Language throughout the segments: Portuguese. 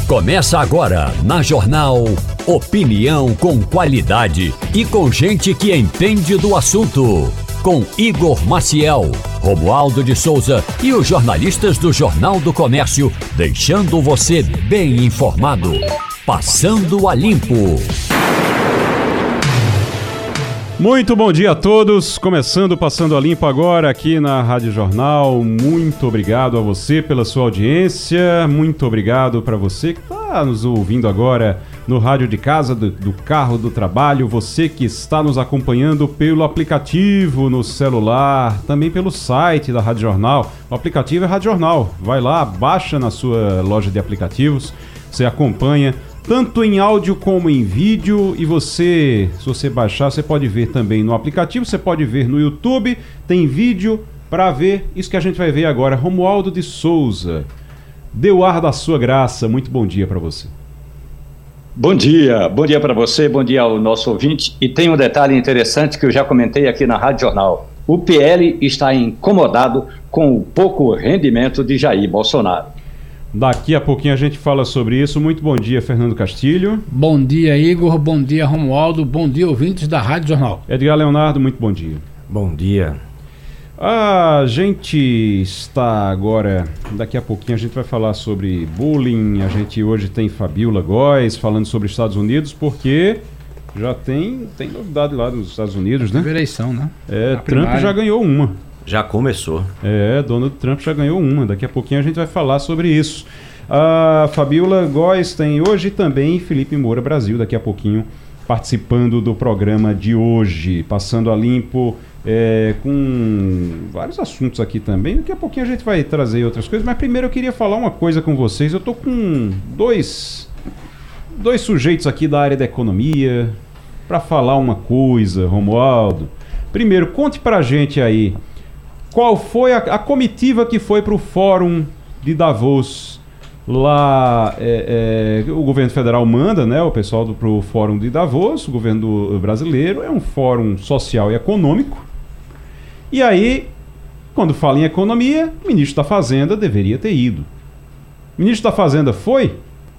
Começa agora na Jornal Opinião com qualidade e com gente que entende do assunto. Com Igor Maciel, Romualdo de Souza e os jornalistas do Jornal do Comércio, deixando você bem informado. Passando a Limpo. Muito bom dia a todos, começando Passando a Limpo agora aqui na Rádio Jornal. Muito obrigado a você pela sua audiência, muito obrigado para você que está nos ouvindo agora no rádio de casa, do carro, do trabalho, você que está nos acompanhando pelo aplicativo no celular, também pelo site da Rádio Jornal. O aplicativo é Rádio Jornal, vai lá, baixa na sua loja de aplicativos, você acompanha tanto em áudio como em vídeo, e você, se você baixar, você pode ver também no aplicativo, você pode ver no YouTube, tem vídeo para ver isso que a gente vai ver agora. Romualdo de Souza, dê o ar da sua graça, muito bom dia para você. Bom dia para você, bom dia ao nosso ouvinte, e tem um detalhe interessante que eu já comentei aqui na Rádio Jornal. O PL está incomodado com o pouco rendimento de Jair Bolsonaro. Daqui a pouquinho a gente fala sobre isso. Muito bom dia, Fernando Castilho. Bom dia, Igor. Bom dia, Romualdo. Bom dia, ouvintes da Rádio Jornal. Edgar Leonardo, muito bom dia. Bom dia. A gente está agora, daqui a pouquinho a gente vai falar sobre bullying. A gente hoje tem Fabiola Góes falando sobre Estados Unidos, porque já tem novidade lá nos Estados Unidos, né? Eleição, né? Trump já ganhou uma. Já começou. Donald Trump já ganhou uma. Daqui a pouquinho a gente vai falar sobre isso. A Fabiola Góes tem hoje também Felipe Moura Brasil, daqui a pouquinho, participando do programa de hoje. Passando a limpo com vários assuntos aqui também. Daqui a pouquinho a gente vai trazer outras coisas, mas primeiro eu queria falar uma coisa com vocês. Eu tô com dois sujeitos aqui da área da economia para falar uma coisa, Romualdo. Primeiro, conte pra gente aí, qual foi a comitiva que foi para o Fórum de Davos? Lá o governo federal manda, né, o pessoal para o Fórum de Davos. O governo brasileiro é um fórum social e econômico. E aí, quando fala em economia, o ministro da Fazenda deveria ter ido. O ministro da Fazenda foi?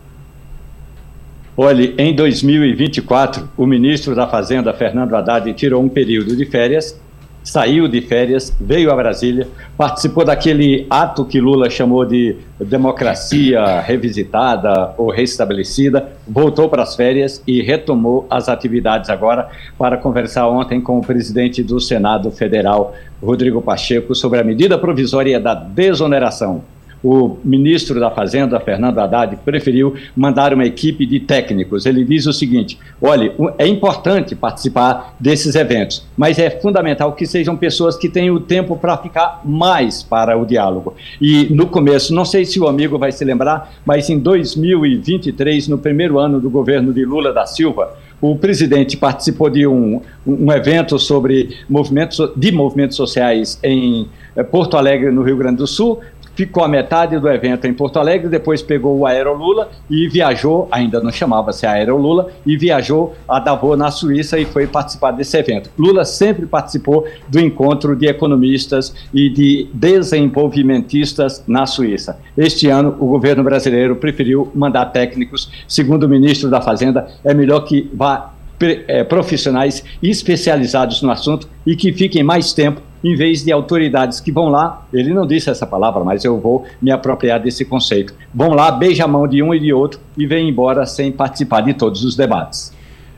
Olha, em 2024, o ministro da Fazenda, Fernando Haddad, tirou um período de férias, saiu de férias, veio a Brasília, participou daquele ato que Lula chamou de democracia revisitada ou restabelecida, voltou para as férias e retomou as atividades agora para conversar ontem com o presidente do Senado Federal, Rodrigo Pacheco, sobre a medida provisória da desoneração. O ministro da Fazenda, Fernando Haddad, preferiu mandar uma equipe de técnicos. Ele diz o seguinte: olha, é importante participar desses eventos, mas é fundamental que sejam pessoas que tenham o tempo para ficar mais para o diálogo. E no começo, não sei se o amigo vai se lembrar, mas em 2023, no primeiro ano do governo de Lula da Silva, o presidente participou de um evento sobre movimentos sociais em Porto Alegre, no Rio Grande do Sul. Ficou a metade do evento em Porto Alegre, depois pegou o Aerolula e viajou, ainda não chamava-se Aerolula, e viajou a Davos, na Suíça, e foi participar desse evento. Lula sempre participou do encontro de economistas e de desenvolvimentistas na Suíça. Este ano, o governo brasileiro preferiu mandar técnicos. Segundo o ministro da Fazenda, é melhor que vá profissionais especializados no assunto e que fiquem mais tempo, em vez de autoridades que vão lá, ele não disse essa palavra, mas eu vou me apropriar desse conceito, vão lá, beija a mão de um e de outro e vêm embora sem participar de todos os debates.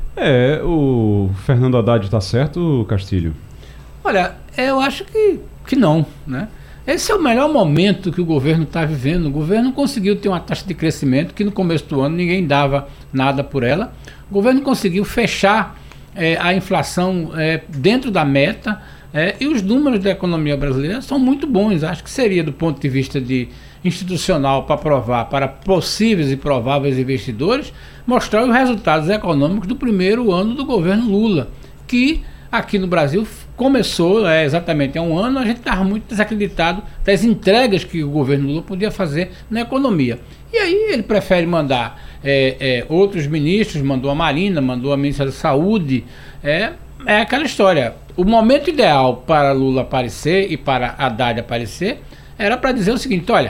O Fernando Haddad está certo, Castilho? Olha, eu acho que não, né? Esse é o melhor momento que o governo está vivendo. O governo conseguiu ter uma taxa de crescimento que no começo do ano ninguém dava nada por ela. O governo conseguiu fechar a inflação dentro da meta, e os números da economia brasileira são muito bons. Acho que seria, do ponto de vista institucional, para provar para possíveis e prováveis investidores, mostrar os resultados econômicos do primeiro ano do governo Lula, que aqui no Brasil começou exatamente há um ano. A gente estava muito desacreditado das entregas que o governo Lula podia fazer na economia. E aí ele prefere mandar outros ministros, mandou a Marina, mandou a ministra da Saúde. É aquela história. O momento ideal para Lula aparecer e para Haddad aparecer era para dizer o seguinte: olha,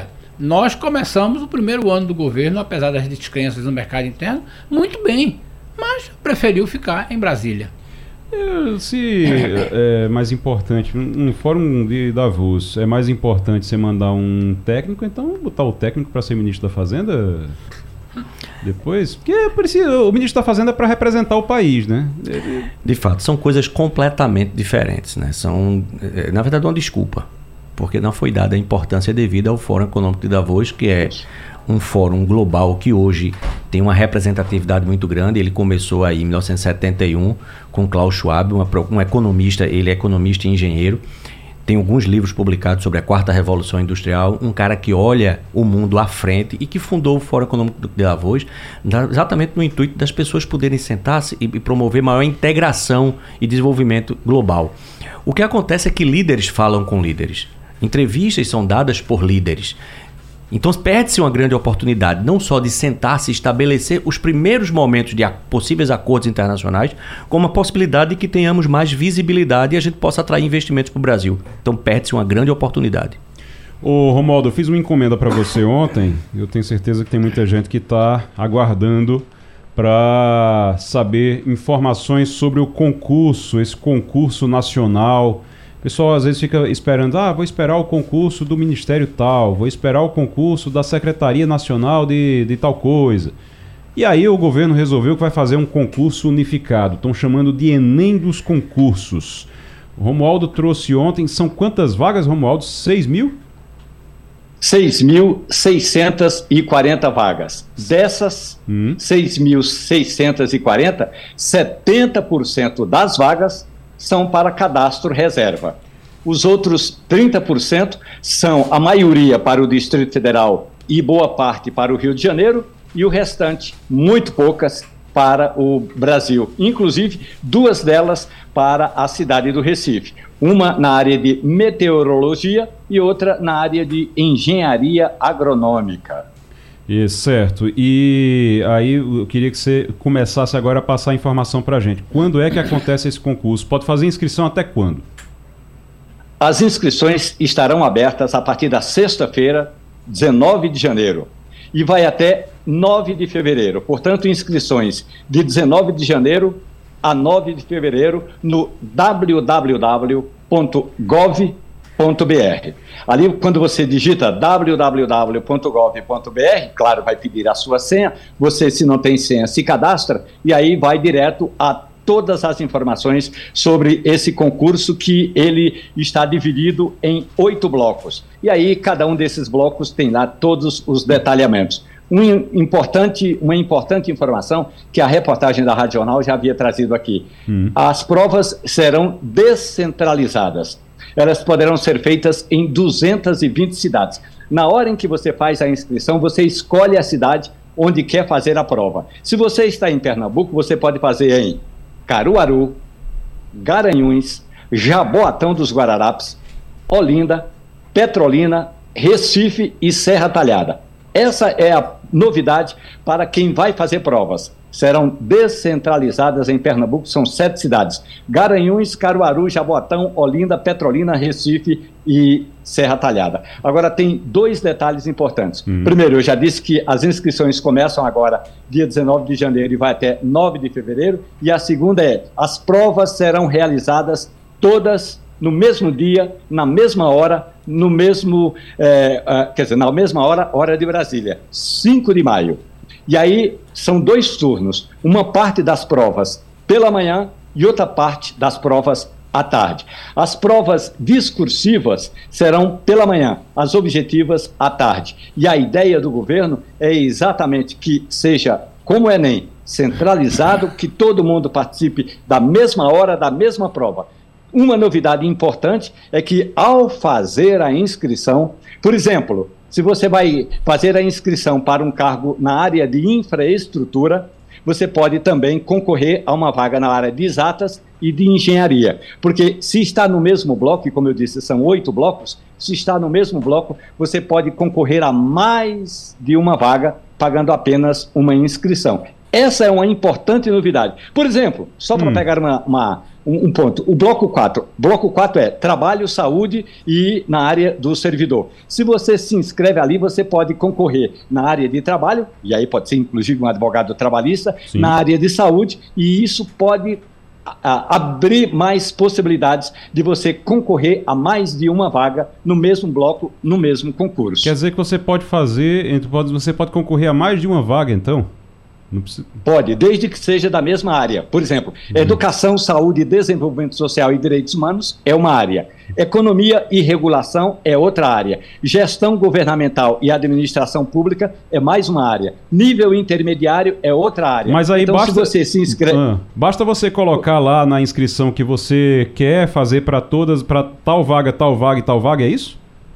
nós começamos o primeiro ano do governo, apesar das descrenças no mercado interno, muito bem, mas preferiu ficar em Brasília. Se é mais importante, no fórum de Davos, é mais importante você mandar um técnico, então botar o técnico para ser ministro da Fazenda depois? Porque o ministro da Fazenda é para representar o país, né? De fato, são coisas completamente diferentes, né? São, na verdade, uma desculpa, porque não foi dada a importância devida ao Fórum Econômico de Davos, que é um fórum global que hoje tem uma representatividade muito grande. Ele começou aí em 1971 com Klaus Schwab, um economista, ele é economista e engenheiro, tem alguns livros publicados sobre a quarta revolução industrial, um cara que olha o mundo à frente e que fundou o Fórum Econômico de Davos exatamente no intuito das pessoas poderem sentar-se e promover maior integração e desenvolvimento global. O que acontece é que líderes falam com líderes, entrevistas são dadas por líderes. Então perde-se uma grande oportunidade, não só de sentar-se e estabelecer os primeiros momentos de possíveis acordos internacionais, como a possibilidade de que tenhamos mais visibilidade e a gente possa atrair investimentos para o Brasil. Então perde-se uma grande oportunidade. Ô Romualdo, eu fiz uma encomenda para você ontem, eu tenho certeza que tem muita gente que está aguardando para saber informações sobre o concurso, esse concurso nacional. O pessoal às vezes fica esperando, vou esperar o concurso do Ministério tal, vou esperar o concurso da Secretaria Nacional de tal coisa. E aí o governo resolveu que vai fazer um concurso unificado, estão chamando de Enem dos concursos. O Romualdo trouxe ontem, são quantas vagas, Romualdo? 6 mil? 6.640 vagas. Dessas 6.640, 70% das vagas são para cadastro reserva. Os outros 30% são a maioria para o Distrito Federal e boa parte para o Rio de Janeiro, e o restante, muito poucas, para o Brasil. Inclusive, 2 delas para a cidade do Recife. Uma na área de meteorologia e outra na área de engenharia agronômica. Certo. E aí eu queria que você começasse agora a passar a informação para a gente. Quando é que acontece esse concurso? Pode fazer inscrição até quando? As inscrições estarão abertas a partir da sexta-feira, 19 de janeiro, e vai até 9 de fevereiro. Portanto, inscrições de 19 de janeiro a 9 de fevereiro no www.gov.br. Ali, quando você digita www.gov.br, claro, vai pedir a sua senha, você, se não tem senha, se cadastra, e aí vai direto a todas as informações sobre esse concurso, que ele está dividido em 8 blocos. E aí, cada um desses blocos tem lá todos os detalhamentos. Uma importante informação que a reportagem da Rádio Jornal já havia trazido aqui. As provas serão descentralizadas. Elas poderão ser feitas em 220 cidades. Na hora em que você faz a inscrição, você escolhe a cidade onde quer fazer a prova. Se você está em Pernambuco, você pode fazer em Caruaru, Garanhuns, Jaboatão dos Guararapes, Olinda, Petrolina, Recife e Serra Talhada. Essa é a novidade para quem vai fazer provas. Serão descentralizadas em Pernambuco, são 7 cidades: Garanhuns, Caruaru, Jaboatão, Olinda, Petrolina, Recife e Serra Talhada. Agora, tem 2 detalhes importantes. Primeiro, eu já disse que as inscrições começam agora, dia 19 de janeiro, e vai até 9 de fevereiro. E a segunda é, as provas serão realizadas todas no mesmo dia, na mesma hora, na mesma hora de Brasília, 5 de maio. E aí são 2 turnos, uma parte das provas pela manhã e outra parte das provas à tarde. As provas discursivas serão pela manhã, as objetivas à tarde. E a ideia do governo é exatamente que seja, como o Enem, centralizado, que todo mundo participe da mesma hora, da mesma prova. Uma novidade importante é que, ao fazer a inscrição, por exemplo, se você vai fazer a inscrição para um cargo na área de infraestrutura, você pode também concorrer a uma vaga na área de exatas e de engenharia. Porque se está no mesmo bloco, e como eu disse, são 8 blocos, se está no mesmo bloco, você pode concorrer a mais de uma vaga, pagando apenas uma inscrição. Essa é uma importante novidade. Por exemplo, só para pegar um ponto. O bloco 4. Bloco 4 é trabalho, saúde e na área do servidor. Se você se inscreve ali, você pode concorrer na área de trabalho, e aí pode ser inclusive um advogado trabalhista, sim, na área de saúde, e isso pode abrir mais possibilidades de você concorrer a mais de uma vaga no mesmo bloco, no mesmo concurso. Quer dizer que você pode você pode concorrer a mais de uma vaga, então? Não precisa... Pode, desde que seja da mesma área. Por exemplo, educação, saúde, desenvolvimento social e direitos humanos é uma área. Economia e regulação é outra área. Gestão governamental e administração pública é mais uma área. Nível intermediário é outra área. Mas aí então, se você se inscreve... basta você colocar lá na inscrição que você quer fazer para tal vaga e tal vaga, é isso?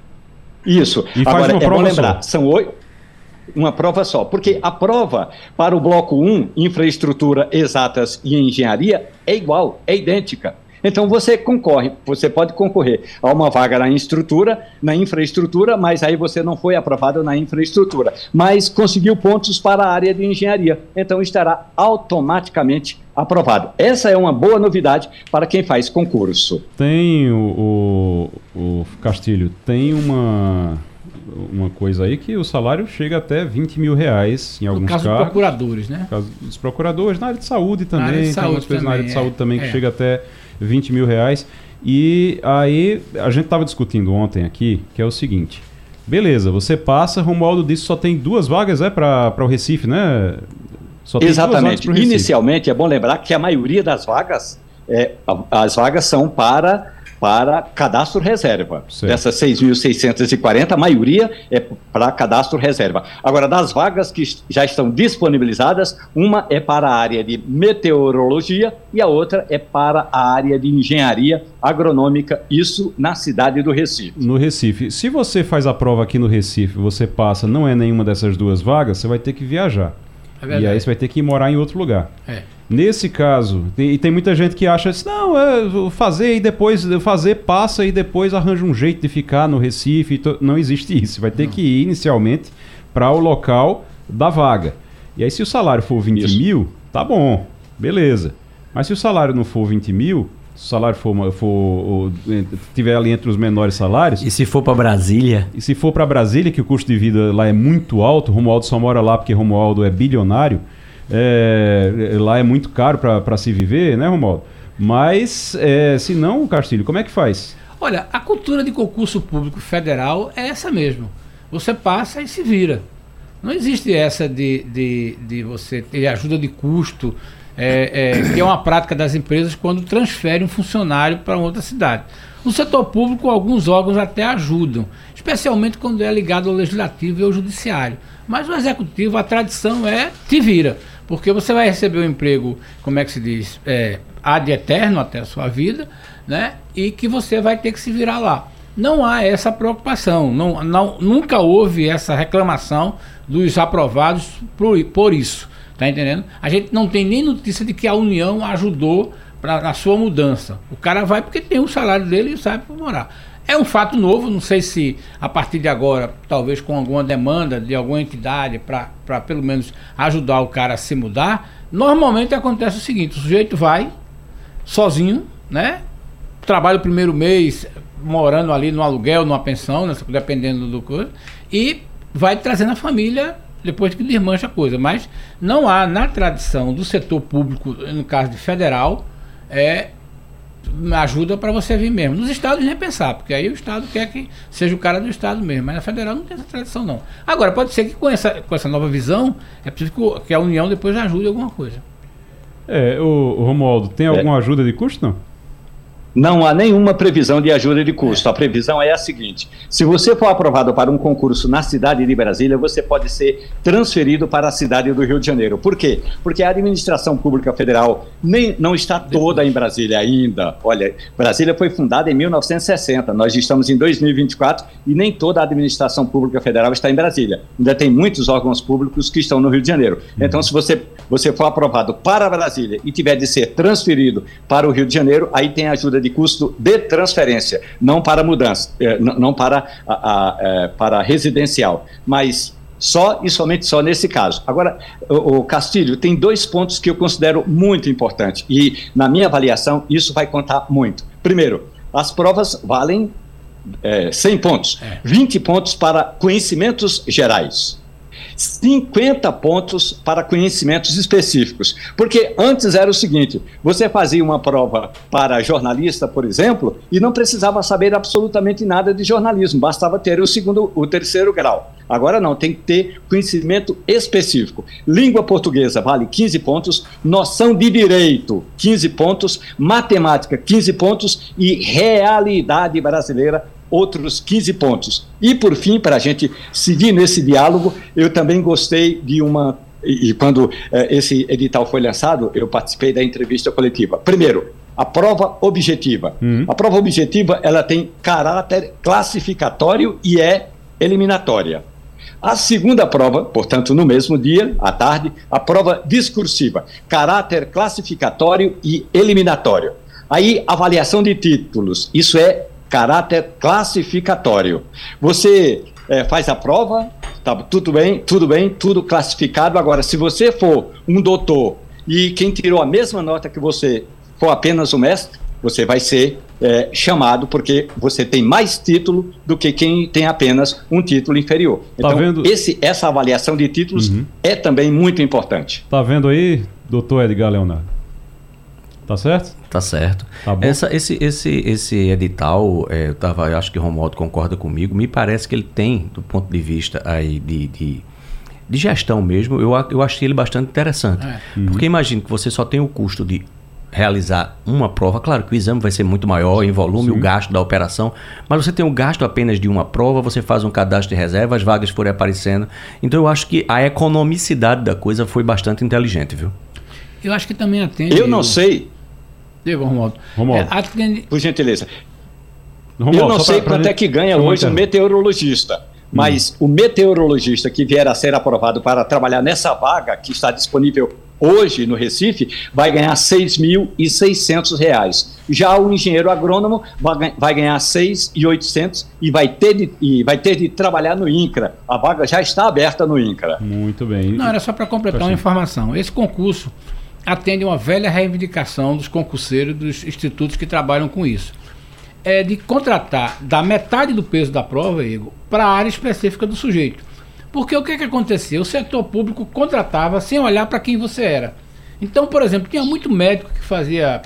Isso. E faz uma prova bom lembrar, são 8... Uma prova só, porque a prova para o bloco 1, infraestrutura, exatas e engenharia, é igual, é idêntica. Então você pode concorrer a uma vaga na infraestrutura, mas aí você não foi aprovado na infraestrutura, mas conseguiu pontos para a área de engenharia, então estará automaticamente aprovado. Essa é uma boa novidade para quem faz concurso. Tem o Castilho, tem uma coisa aí que o salário chega até 20 mil reais em alguns casos. No caso dos procuradores, né? No caso dos procuradores, na área de saúde também. Tem algumas coisas na área de saúde também que chega até 20 mil reais. E aí, a gente estava discutindo ontem aqui, que é o seguinte. Beleza, você passa, Romualdo disse só tem 2 vagas para o Recife, né? Só tem exatamente. Inicialmente, é bom lembrar que a maioria das vagas, as vagas são para cadastro reserva. Certo. Dessas 6.640, a maioria é para cadastro reserva. Agora, das vagas que já estão disponibilizadas, uma é para a área de meteorologia e a outra é para a área de engenharia agronômica, isso na cidade do Recife. No Recife. Se você faz a prova aqui no Recife, você passa, não é nenhuma dessas 2 vagas, você vai ter que viajar. É e aí você vai ter que ir morar em outro lugar. Nesse caso, e tem muita gente que acha assim, não, fazer passa e depois arranja um jeito de ficar no Recife. Não existe isso. Vai ter que ir inicialmente para o local da vaga. E aí se o salário for 20 mil, tá bom, beleza. Mas se o salário não for 20 mil, se o salário tiver ali entre os menores salários... E se for para Brasília? E se for para Brasília, que o custo de vida lá é muito alto, Romualdo só mora lá porque Romualdo é bilionário, lá é muito caro para se viver, né, Romualdo? Mas, se não, Castilho, como é que faz? Olha, a cultura de concurso público federal é essa mesmo. Você passa e se vira. Não existe essa de você ter ajuda de custo, que é uma prática das empresas quando transferem um funcionário para outra cidade. No setor público, alguns órgãos até ajudam, especialmente quando é ligado ao legislativo e ao judiciário. Mas no executivo, a tradição é te vira, porque você vai receber um emprego, como é que se diz, ad eterno até a sua vida, né? E que você vai ter que se virar lá. Não há essa preocupação, nunca houve essa reclamação dos aprovados por isso. Tá entendendo? A gente não tem nem notícia de que a União ajudou na sua mudança. O cara vai porque tem o salário dele e sai para morar. É um fato novo, não sei se a partir de agora, talvez com alguma demanda de alguma entidade para pelo menos ajudar o cara a se mudar. Normalmente acontece o seguinte, o sujeito vai sozinho, né? Trabalha o primeiro mês morando ali no aluguel, numa pensão, né? Dependendo do coisa, e vai trazendo a família depois que desmancha a coisa. Mas não há na tradição do setor público, no caso de federal, ajuda para você vir mesmo. Nos estados nem pensar, porque aí o estado quer que seja o cara do estado mesmo, mas na federal não tem essa tradição não. Agora, pode ser que com essa nova visão, é preciso que a União depois ajude alguma coisa. O Romualdo, tem alguma ajuda de custo, não? Não há nenhuma previsão de ajuda de custo. A previsão é a seguinte: se você for aprovado para um concurso na cidade de Brasília, você pode ser transferido para a cidade do Rio de Janeiro. Por quê? Porque a administração pública federal não está toda em Brasília ainda. Olha, Brasília foi fundada em 1960, nós estamos em 2024 e nem toda a administração pública federal está em Brasília. Ainda tem muitos órgãos públicos que estão no Rio de Janeiro. Então, se você for aprovado para Brasília e tiver de ser transferido para o Rio de Janeiro, aí tem ajuda de custo de transferência, não para mudança, não para residencial. Mas Só e somente só nesse caso. Agora, o Castilho, tem 2 pontos que eu considero muito importantes e, na minha avaliação, isso vai contar muito. Primeiro, as provas valem 100 pontos, 20 pontos para conhecimentos gerais, 50 pontos para conhecimentos específicos. Porque antes era o seguinte, você fazia uma prova para jornalista, por exemplo, e não precisava saber absolutamente nada de jornalismo, bastava ter o terceiro grau. Agora não, tem que ter conhecimento específico. Língua portuguesa vale 15 pontos, noção de direito 15 pontos, matemática 15 pontos e realidade brasileira outros 15 pontos. E por fim, para a gente seguir nesse diálogo, eu também gostei de uma... E quando esse edital foi lançado, eu participei da entrevista coletiva. Primeiro, a prova objetiva. A prova objetiva, ela tem caráter classificatório e é eliminatória. A segunda prova, portanto, no mesmo dia, à tarde, a prova discursiva, caráter classificatório e eliminatório. Aí, avaliação de títulos, isso é caráter classificatório. Você faz a prova, tá, tudo bem, tudo classificado. Agora, se você for um doutor e quem tirou a mesma nota que você for apenas um mestre, você vai ser chamado porque você tem mais título do que quem tem apenas um título inferior. Então, essa avaliação de títulos é também muito importante. Tá vendo aí, doutor Edgar Leonardo? Tá certo? Tá certo. Tá bom. Esse edital, eu acho que o Romualdo concorda comigo, me parece que ele tem, do ponto de vista aí de gestão mesmo, eu achei ele bastante interessante. Porque imagine que você só tem o custo de realizar uma prova. Claro que o exame vai ser muito maior em volume, o gasto da operação, mas você tem o gasto apenas de uma prova, você faz um cadastro de reserva, as vagas forem aparecendo. Então eu acho que a economicidade da coisa foi bastante inteligente, viu? Eu acho que também atende... Eu não sei... Diga, Romualdo. Por gentileza. Romualdo, eu não sei quanto é que ganha hoje o meteorologista, mas o meteorologista que vier a ser aprovado para trabalhar nessa vaga que está disponível hoje no Recife, vai ganhar R$ 6.600. Já o engenheiro agrônomo vai ganhar R$ 6.800 e vai ter de trabalhar no INCRA. A vaga já está aberta no INCRA. Muito bem. Não, era só para completar uma informação. Esse concurso atende uma velha reivindicação dos concurseiros dos institutos que trabalham com isso. É de contratar da metade do peso da prova, Igor, para a área específica do sujeito. Porque o que acontecia? O setor público contratava sem olhar para quem você era. Então, por exemplo, tinha muito médico que fazia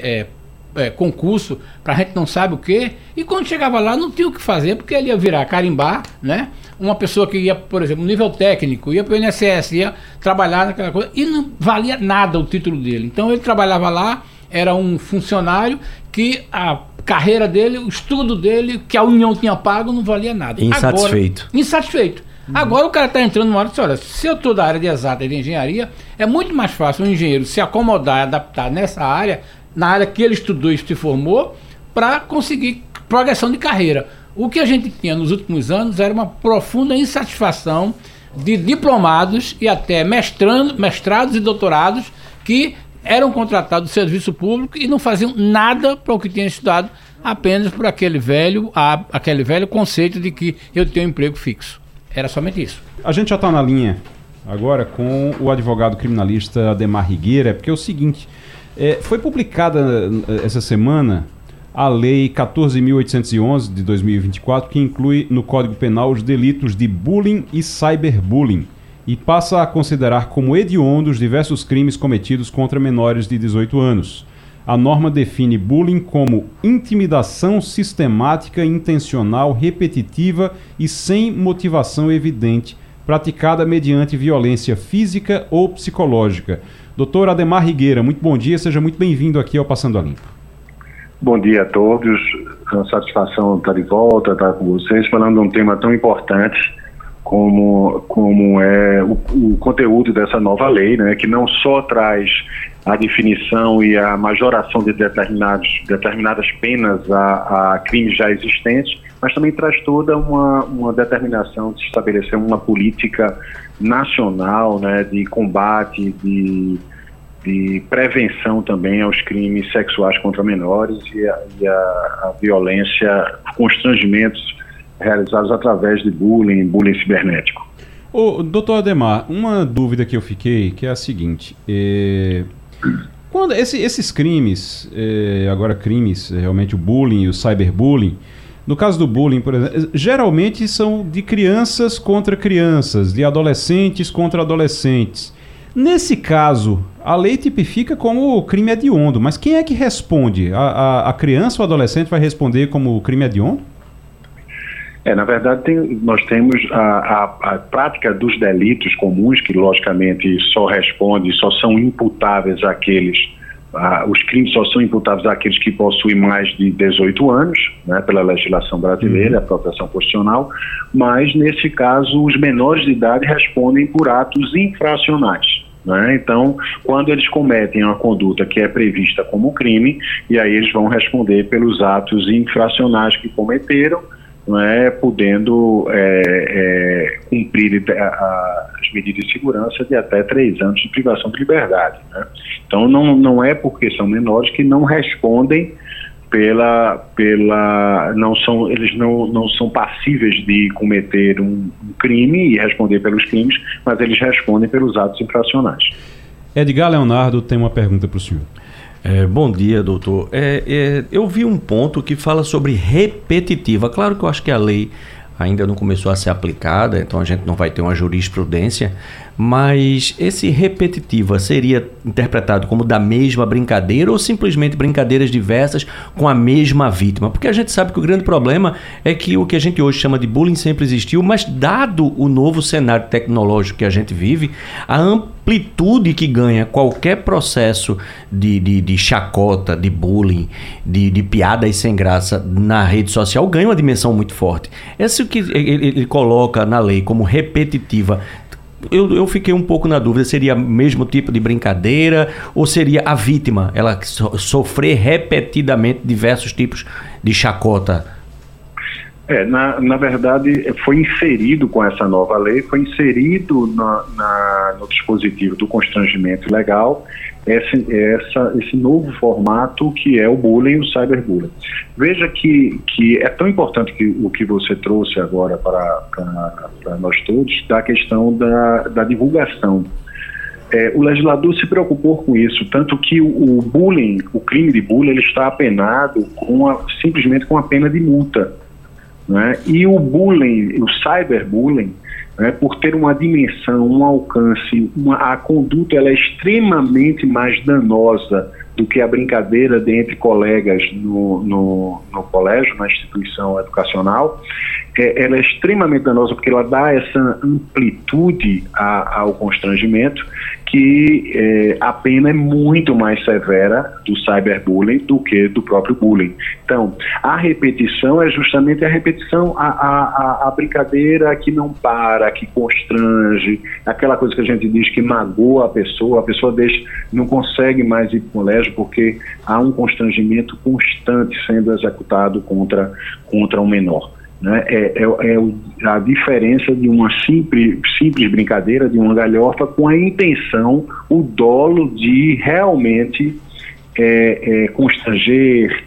concurso para a gente não sabe o quê, e quando chegava lá não tinha o que fazer, porque ele ia virar carimbar, né? Uma pessoa que ia, por exemplo, no nível técnico, ia para o INSS, ia trabalhar naquela coisa, e não valia nada o título dele. Então ele trabalhava lá, era um funcionário que a carreira dele, o estudo dele, que a União tinha pago, não valia nada. Insatisfeito. Insatisfeito. Agora o cara está entrando numa hora e diz, olha, se eu estou da área de exata e de engenharia, é muito mais fácil um engenheiro se acomodar e adaptar nessa área, na área que ele estudou e se formou, para conseguir progressão de carreira. O que a gente tinha nos últimos anos era uma profunda insatisfação de diplomados e até mestrados e doutorados que eram contratados do serviço público e não faziam nada para o que tinham estudado, apenas por aquele velho conceito de que eu tenho um emprego fixo. Era somente isso. A gente já está na linha agora com o advogado criminalista Ademar Higuera, porque é o seguinte, foi publicada essa semana a Lei 14.811 de 2024, que inclui no Código Penal os delitos de bullying e cyberbullying e passa a considerar como hediondos diversos crimes cometidos contra menores de 18 anos. A norma define bullying como intimidação sistemática, intencional, repetitiva e sem motivação evidente, praticada mediante violência física ou psicológica. Doutor Ademar Higuera, muito bom dia, seja muito bem-vindo aqui ao Passando a Limpo. Bom dia a todos, é uma satisfação estar de volta, estar com vocês, falando de um tema tão importante como é o conteúdo dessa nova lei, né, que não só traz a definição e a majoração de determinadas penas a crimes já existentes, mas também traz toda uma determinação de estabelecer uma política nacional, né, de combate, de prevenção também aos crimes sexuais contra menores e a violência, constrangimentos realizados através de bullying cibernético. Doutor Adhemar, uma dúvida que eu fiquei, que é a seguinte, quando esses crimes, agora crimes, realmente o bullying e o cyberbullying, no caso do bullying, por exemplo, geralmente são de crianças contra crianças, de adolescentes contra adolescentes. Nesse caso, a lei tipifica como crime hediondo, mas quem é que responde? A criança ou o adolescente vai responder como crime hediondo? Na verdade, nós temos a prática dos delitos comuns, que logicamente só são imputáveis àqueles, os crimes só são imputáveis àqueles que possuem mais de 18 anos, né, pela legislação brasileira, a proteção constitucional, mas nesse caso os menores de idade respondem por atos infracionais. Né? Então, quando eles cometem uma conduta que é prevista como crime, e aí eles vão responder pelos atos infracionais que cometeram, podendo cumprir as medidas de segurança de até 3 anos de privação de liberdade. Né? Então, não é porque são menores que não respondem eles não são passíveis de cometer um crime e responder pelos crimes, mas eles respondem pelos atos infracionais. Edgar Leonardo tem uma pergunta para o senhor. Bom dia, doutor. Eu vi um ponto que fala sobre repetitiva. Claro que eu acho que a lei ainda não começou a ser aplicada, então a gente não vai ter uma jurisprudência, mas esse repetitiva seria interpretado como da mesma brincadeira ou simplesmente brincadeiras diversas com a mesma vítima? Porque a gente sabe que o grande problema é que o que a gente hoje chama de bullying sempre existiu, mas dado o novo cenário tecnológico que a gente vive, a amplitude que ganha qualquer processo de chacota, de bullying, de piadas sem graça na rede social ganha uma dimensão muito forte. Esse que ele coloca na lei como repetitiva, eu fiquei um pouco na dúvida, seria o mesmo tipo de brincadeira ou seria a vítima, ela sofrer repetidamente diversos tipos de chacota? Na verdade, foi inserido com essa nova lei, foi inserido no dispositivo do constrangimento legal esse novo formato que é o bullying e o cyberbullying. Veja que é tão importante o que você trouxe agora para nós todos, da questão da divulgação. O legislador se preocupou com isso, tanto que o bullying, o crime de bullying, ele está apenado simplesmente com a pena de multa. Né? E o bullying, o cyberbullying, né, por ter uma dimensão, um alcance, a conduta ela é extremamente mais danosa do que a brincadeira entre colegas no colégio, na instituição educacional. Ela é extremamente danosa porque ela dá essa amplitude ao constrangimento, que a pena é muito mais severa do cyberbullying do que do próprio bullying. Então, a repetição é justamente a repetição, a brincadeira que não para, que constrange, aquela coisa que a gente diz que magoa a pessoa não consegue mais ir para o colégio porque há um constrangimento constante sendo executado contra um menor. Né? A diferença de uma simples brincadeira, de uma galhofa, com a intenção, o dolo de realmente constranger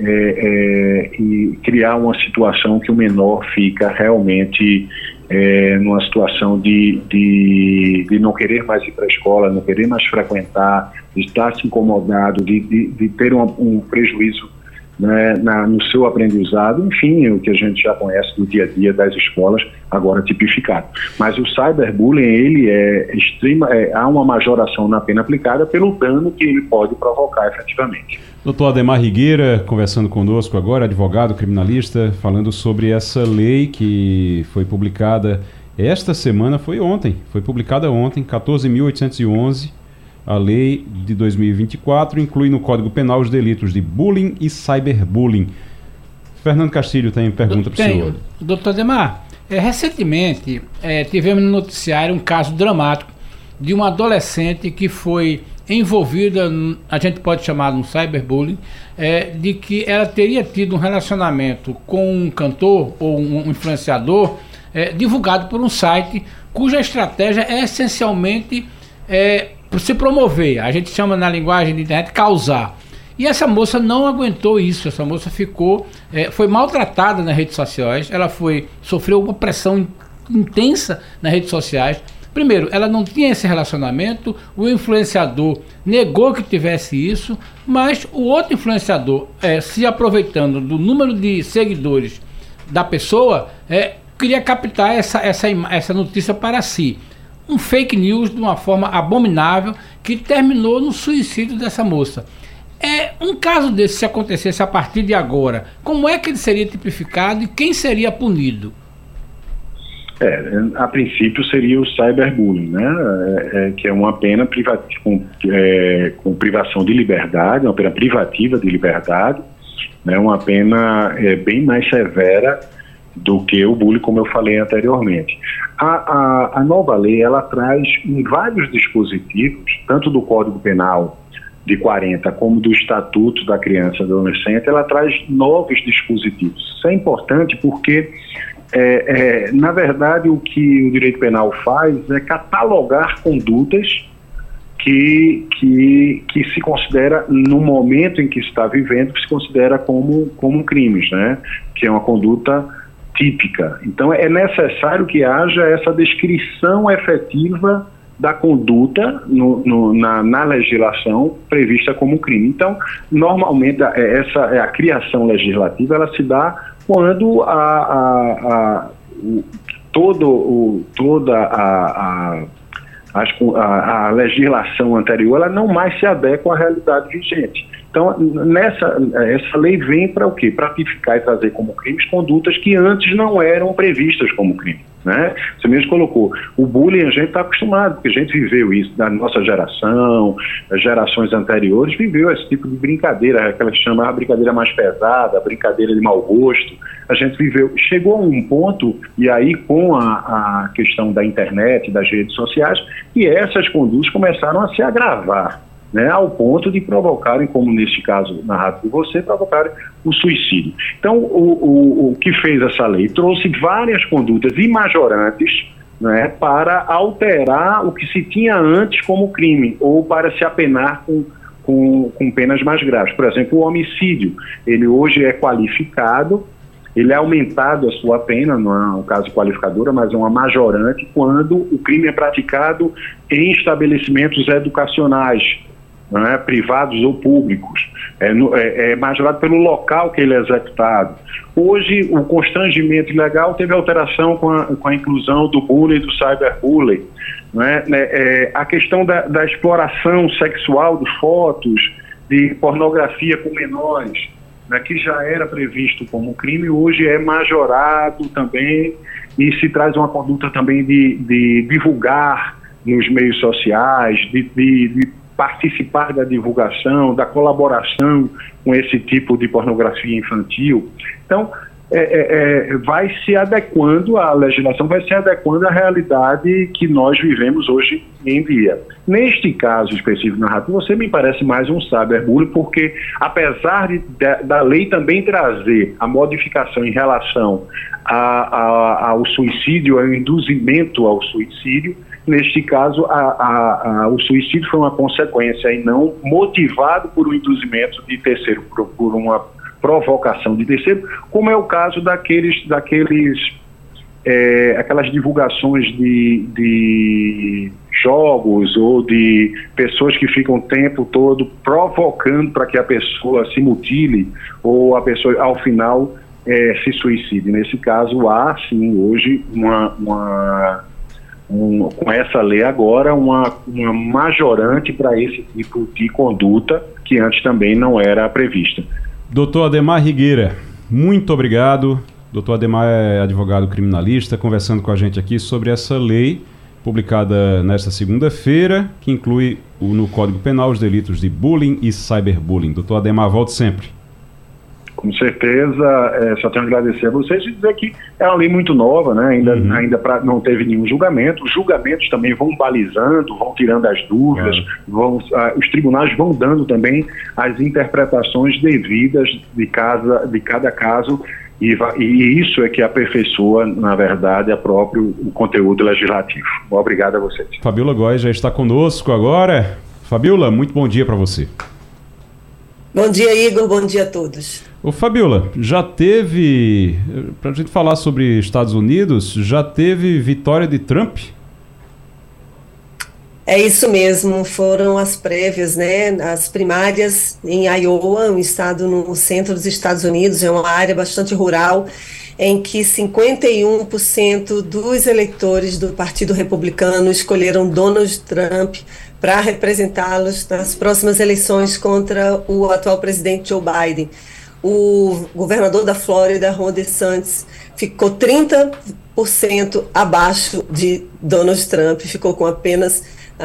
e criar uma situação que o menor fica realmente numa situação de não querer mais ir para a escola, não querer mais frequentar, de estar se incomodado, de ter um prejuízo, né, no seu aprendizado, enfim, o que a gente já conhece do dia a dia das escolas, agora tipificado. Mas o cyberbullying, ele há uma majoração na pena aplicada pelo dano que ele pode provocar efetivamente. Doutor Adhemar Higueira, conversando conosco agora, advogado criminalista, falando sobre essa lei que foi publicada esta semana, foi publicada ontem, 14.811, a lei de 2024 inclui no Código Penal os delitos de bullying e cyberbullying. Fernando Castilho tem pergunta para o senhor. Doutor Adhemar, recentemente tivemos no noticiário um caso dramático de uma adolescente que foi envolvida, a gente pode chamar de um cyberbullying, de que ela teria tido um relacionamento com um cantor ou um influenciador divulgado por um site cuja estratégia é essencialmente se promover, a gente chama na linguagem de internet causar. E essa moça não aguentou isso, essa moça foi maltratada nas redes sociais, ela sofreu uma pressão intensa nas redes sociais. Primeiro, ela não tinha esse relacionamento, o influenciador negou que tivesse isso, mas o outro influenciador, se aproveitando do número de seguidores da pessoa, queria captar essa notícia para si. Um fake news de uma forma abominável que terminou no suicídio dessa moça. Um caso desse, se acontecesse a partir de agora, como é que ele seria tipificado e quem seria punido? A princípio seria o cyberbullying, né? Que é uma pena com privação de liberdade, uma pena privativa de liberdade, né? Uma pena bem mais severa do que o bullying, como eu falei anteriormente. A nova lei, ela traz em vários dispositivos, tanto do Código Penal de 40 como do Estatuto da Criança e do Adolescente, ela traz novos dispositivos. Isso é importante porque na verdade, o que o direito penal faz é catalogar condutas que se considera, no momento em que está vivendo, que se considera como crimes, né? Que é uma conduta típica. Então, é necessário que haja essa descrição efetiva da conduta na legislação prevista como crime. Então, normalmente, a criação legislativa, ela se dá quando toda a legislação anterior ela não mais se adequa à realidade vigente. Então, essa lei vem para o quê? Para tipificar e trazer como crimes condutas que antes não eram previstas como crime, né? Você mesmo colocou, o bullying a gente está acostumado, porque a gente viveu isso da nossa geração, as gerações anteriores viveu esse tipo de brincadeira, aquela que chama a brincadeira mais pesada, a brincadeira de mau gosto, a gente viveu, chegou a um ponto, e aí com a questão da internet, das redes sociais, e essas condutas começaram a se agravar, né, ao ponto de provocarem, como neste caso narrado por você, provocarem o suicídio. Então, o que fez essa lei? Trouxe várias condutas imajorantes, né, para alterar o que se tinha antes como crime, ou para se apenar com penas mais graves. Por exemplo, o homicídio, ele hoje é qualificado, ele é aumentado a sua pena, não é um caso qualificadora, mas é uma majorante, quando o crime é praticado em estabelecimentos educacionais, né, privados ou públicos. É majorado pelo local que ele é executado. Hoje, o constrangimento ilegal teve alteração com a inclusão do bullying e do cyberbullying. Né? A questão da exploração sexual de fotos, de pornografia com menores, né, que já era previsto como crime, hoje é majorado também, e se traz uma conduta também de divulgar nos meios sociais, de participar da divulgação, da colaboração com esse tipo de pornografia infantil. Então, vai se adequando, a legislação vai se adequando à realidade que nós vivemos hoje em dia. Neste caso específico narrativo, você me parece mais um cyberbullying, porque apesar da lei também trazer a modificação em relação ao suicídio, ao induzimento ao suicídio, neste caso o suicídio foi uma consequência e não motivado por um induzimento de terceiro, por uma provocação de terceiro, como é o caso aquelas divulgações de jogos ou de pessoas que ficam o tempo todo provocando para que a pessoa se mutile ou a pessoa ao final se suicide. Nesse caso há sim hoje com essa lei agora uma majorante para esse tipo de conduta que antes também não era prevista. Doutor Ademar Rigueira, muito obrigado. Doutor Ademar é advogado criminalista, conversando com a gente aqui sobre essa lei publicada nesta segunda-feira, que inclui no Código Penal os delitos de bullying e cyberbullying. Doutor Ademar, volte sempre. Com certeza, só tenho a agradecer a vocês e dizer que é uma lei muito nova, né? Ainda não teve nenhum julgamento. Os julgamentos também vão balizando, vão tirando as dúvidas, os tribunais vão dando também as interpretações devidas de cada caso, e isso é que aperfeiçoa, na verdade, o conteúdo legislativo. Obrigado a vocês. Fabiola Góes já está conosco agora. Fabiola, muito bom dia para você. Bom dia, Igor. Bom dia a todos. Ô Fabiola, já teve, para a gente falar sobre Estados Unidos, já teve vitória de Trump? É isso mesmo, foram as prévias, né, as primárias em Iowa, um estado no centro dos Estados Unidos, é uma área bastante rural, em que 51% dos eleitores do Partido Republicano escolheram Donald Trump para representá-los nas próximas eleições contra o atual presidente Joe Biden. O governador da Flórida, Ron DeSantis, ficou 30% abaixo de Donald Trump, ficou com apenas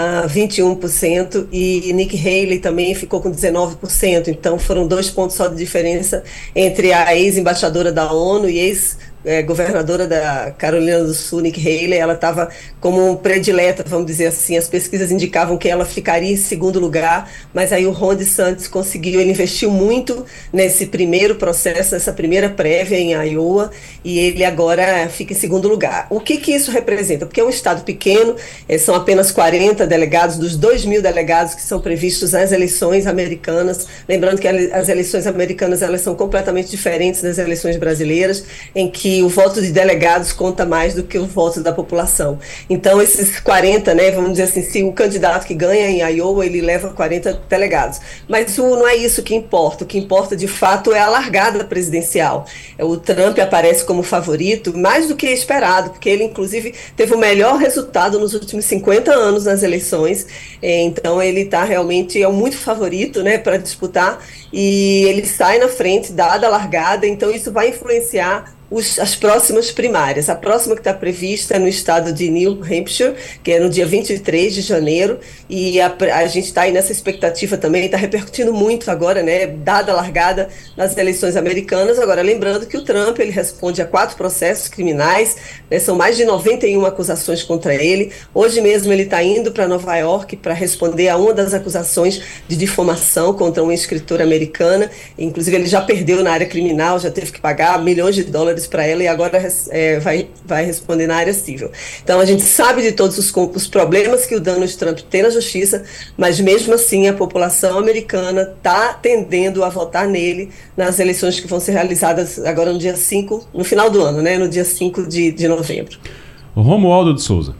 21%, e Nikki Haley também ficou com 19%. Então foram 2 pontos só de diferença entre a ex-embaixadora da ONU e ex-governadora da Carolina do Sul, Nikki Haley. Ela estava como predileta, vamos dizer assim, as pesquisas indicavam que ela ficaria em segundo lugar, mas aí o Ron DeSantis conseguiu, ele investiu muito nesse primeiro processo, nessa primeira prévia em Iowa, e ele agora fica em segundo lugar. O que isso representa? Porque é um estado pequeno, são apenas 40 delegados dos 2.000 delegados que são previstos nas eleições americanas. Lembrando que as eleições americanas, elas são completamente diferentes das eleições brasileiras, em que o voto de delegados conta mais do que o voto da população. Então esses 40, né, vamos dizer assim, se o candidato que ganha em Iowa, ele leva 40 delegados. Mas não é isso que importa. O que importa de fato é a largada presidencial. O Trump aparece como favorito, mais do que esperado, porque ele inclusive teve o melhor resultado nos últimos 50 anos nas eleições. Então ele está realmente, muito favorito, né, para disputar, e ele sai na frente dada a largada. Então isso vai influenciar as próximas primárias. A próxima que está prevista é no estado de New Hampshire, que é no dia 23 de janeiro, e a gente está aí nessa expectativa também, está repercutindo muito agora, né, dada a largada nas eleições americanas. Agora, lembrando que o Trump, ele responde a 4 processos criminais, né, são mais de 91 acusações contra ele. Hoje mesmo ele está indo para Nova York para responder a uma das acusações de difamação contra uma escritora americana. Inclusive, ele já perdeu na área criminal, já teve que pagar milhões de dólares para ela, e agora vai responder na área civil. Então a gente sabe de todos os problemas que o Donald Trump tem na justiça, mas mesmo assim a população americana está tendendo a votar nele nas eleições que vão ser realizadas agora no dia 5, no final do ano, né, no dia 5 de novembro. Romualdo de Souza.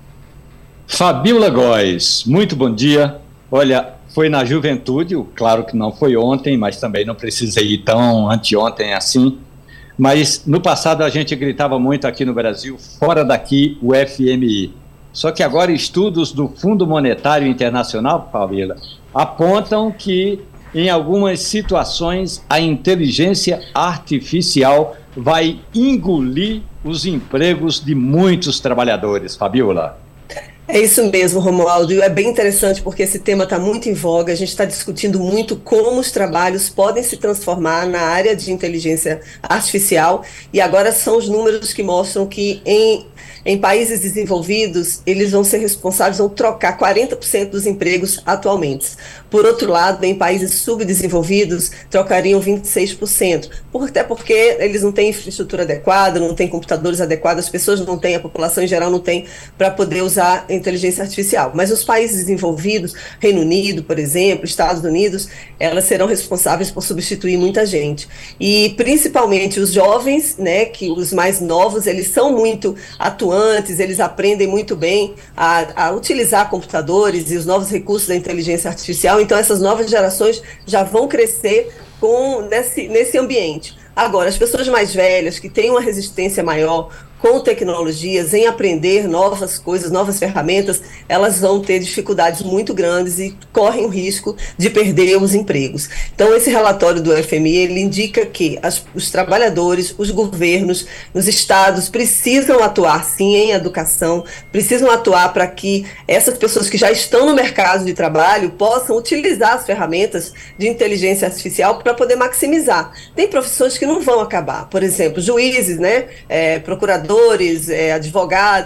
Fabiola Góes, muito bom dia. Olha, foi na juventude, claro que não foi ontem, mas também não precisei ir tão anteontem assim. Mas no passado a gente gritava muito aqui no Brasil, fora daqui o FMI. Só que agora estudos do Fundo Monetário Internacional, Fabiola, apontam que em algumas situações a inteligência artificial vai engolir os empregos de muitos trabalhadores, Fabiola. É isso mesmo, Romualdo, e é bem interessante porque esse tema está muito em voga. A gente está discutindo muito como os trabalhos podem se transformar na área de inteligência artificial, e agora são os números que mostram que em países desenvolvidos, eles vão ser responsáveis, vão trocar 40% dos empregos atualmente. Por outro lado, em países subdesenvolvidos, trocariam 26%, até porque eles não têm infraestrutura adequada, não têm computadores adequados, as pessoas não têm, a população em geral não tem para poder usar a inteligência artificial. Mas os países desenvolvidos, Reino Unido, por exemplo, Estados Unidos, elas serão responsáveis por substituir muita gente. E principalmente os jovens, né, que os mais novos, eles são muito atuantes, eles aprendem muito bem a utilizar computadores e os novos recursos da inteligência artificial. Então essas novas gerações já vão crescer nesse ambiente. Agora, as pessoas mais velhas, que têm uma resistência maior com tecnologias, em aprender novas coisas, novas ferramentas, elas vão ter dificuldades muito grandes e correm o risco de perder os empregos. Então, esse relatório do FMI, ele indica que os trabalhadores, os governos, os estados precisam atuar, sim, em educação, precisam atuar para que essas pessoas que já estão no mercado de trabalho possam utilizar as ferramentas de inteligência artificial para poder maximizar. Tem profissões que não vão acabar, por exemplo, juízes, né, procuradores, advogados,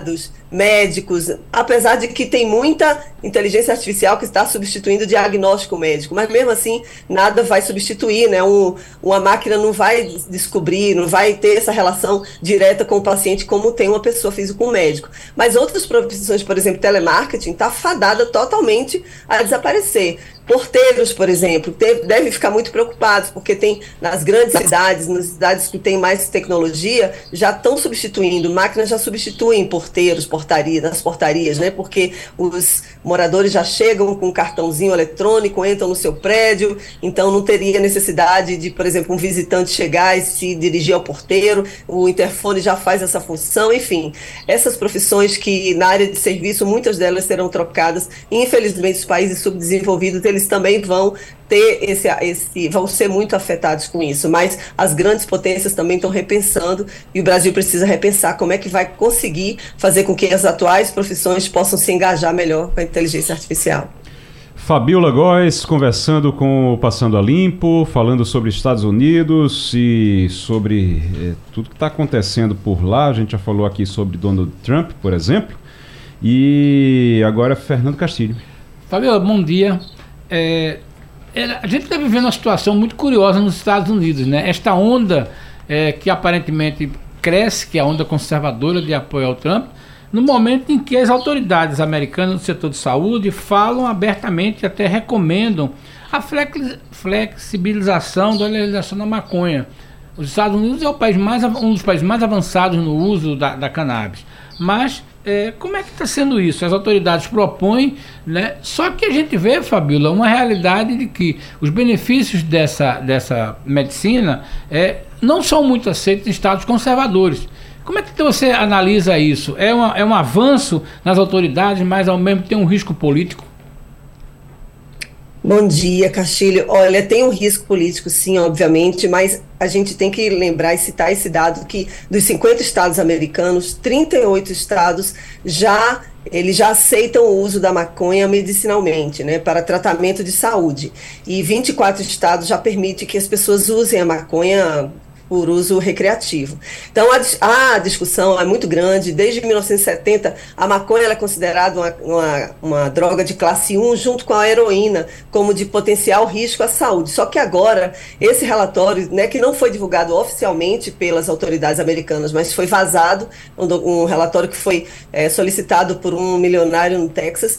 médicos, apesar de que tem muita inteligência artificial que está substituindo o diagnóstico médico, mas mesmo assim nada vai substituir, né? Uma máquina não vai descobrir, não vai ter essa relação direta com o paciente como tem uma pessoa física com um médico. Mas outras profissões, por exemplo, telemarketing, está fadada totalmente a desaparecer. Porteiros, por exemplo, devem ficar muito preocupados, porque tem nas grandes cidades, nas cidades que têm mais tecnologia, já estão substituindo, máquinas já substituem porteiros, nas portarias, né? Porque os moradores já chegam com um cartãozinho eletrônico, entram no seu prédio, então não teria necessidade de, por exemplo, um visitante chegar e se dirigir ao porteiro, o interfone já faz essa função, enfim. Essas profissões que na área de serviço, muitas delas serão trocadas, e infelizmente os países subdesenvolvidos, eles também vão ter vão ser muito afetados com isso, mas as grandes potências também estão repensando, e o Brasil precisa repensar como é que vai conseguir fazer com que as atuais profissões possam se engajar melhor com a inteligência artificial. Fabiola Góes conversando com o Passando a Limpo, falando sobre Estados Unidos e sobre tudo que está acontecendo por lá. A gente já falou aqui sobre Donald Trump, por exemplo, e agora Fernando Castilho. Fabiola, bom dia. A gente está vivendo uma situação muito curiosa nos Estados Unidos, né? Esta onda que aparentemente cresce, que é a onda conservadora de apoio ao Trump, no momento em que as autoridades americanas do setor de saúde falam abertamente, até recomendam a flexibilização da legalização da maconha. Os Estados Unidos é um dos países mais avançados no uso da cannabis, mas como é que está sendo isso? As autoridades propõem, né? Só que a gente vê, Fabiola, uma realidade de que os benefícios dessa medicina não são muito aceitos em estados conservadores. Como é que você analisa isso? É um avanço nas autoridades, mas ao mesmo tempo tem um risco político? Bom dia, Castilho. Olha, tem um risco político, sim, obviamente, mas a gente tem que lembrar e citar esse dado que dos 50 estados americanos, 38 estados eles já aceitam o uso da maconha medicinalmente, né, para tratamento de saúde. E 24 estados já permitem que as pessoas usem a maconha por uso recreativo. Então a discussão é muito grande. Desde 1970 a maconha é considerada uma droga de classe 1 junto com a heroína como de potencial risco à saúde. Só que agora esse relatório, né, que não foi divulgado oficialmente pelas autoridades americanas, mas foi vazado, um relatório que foi solicitado por um milionário no Texas,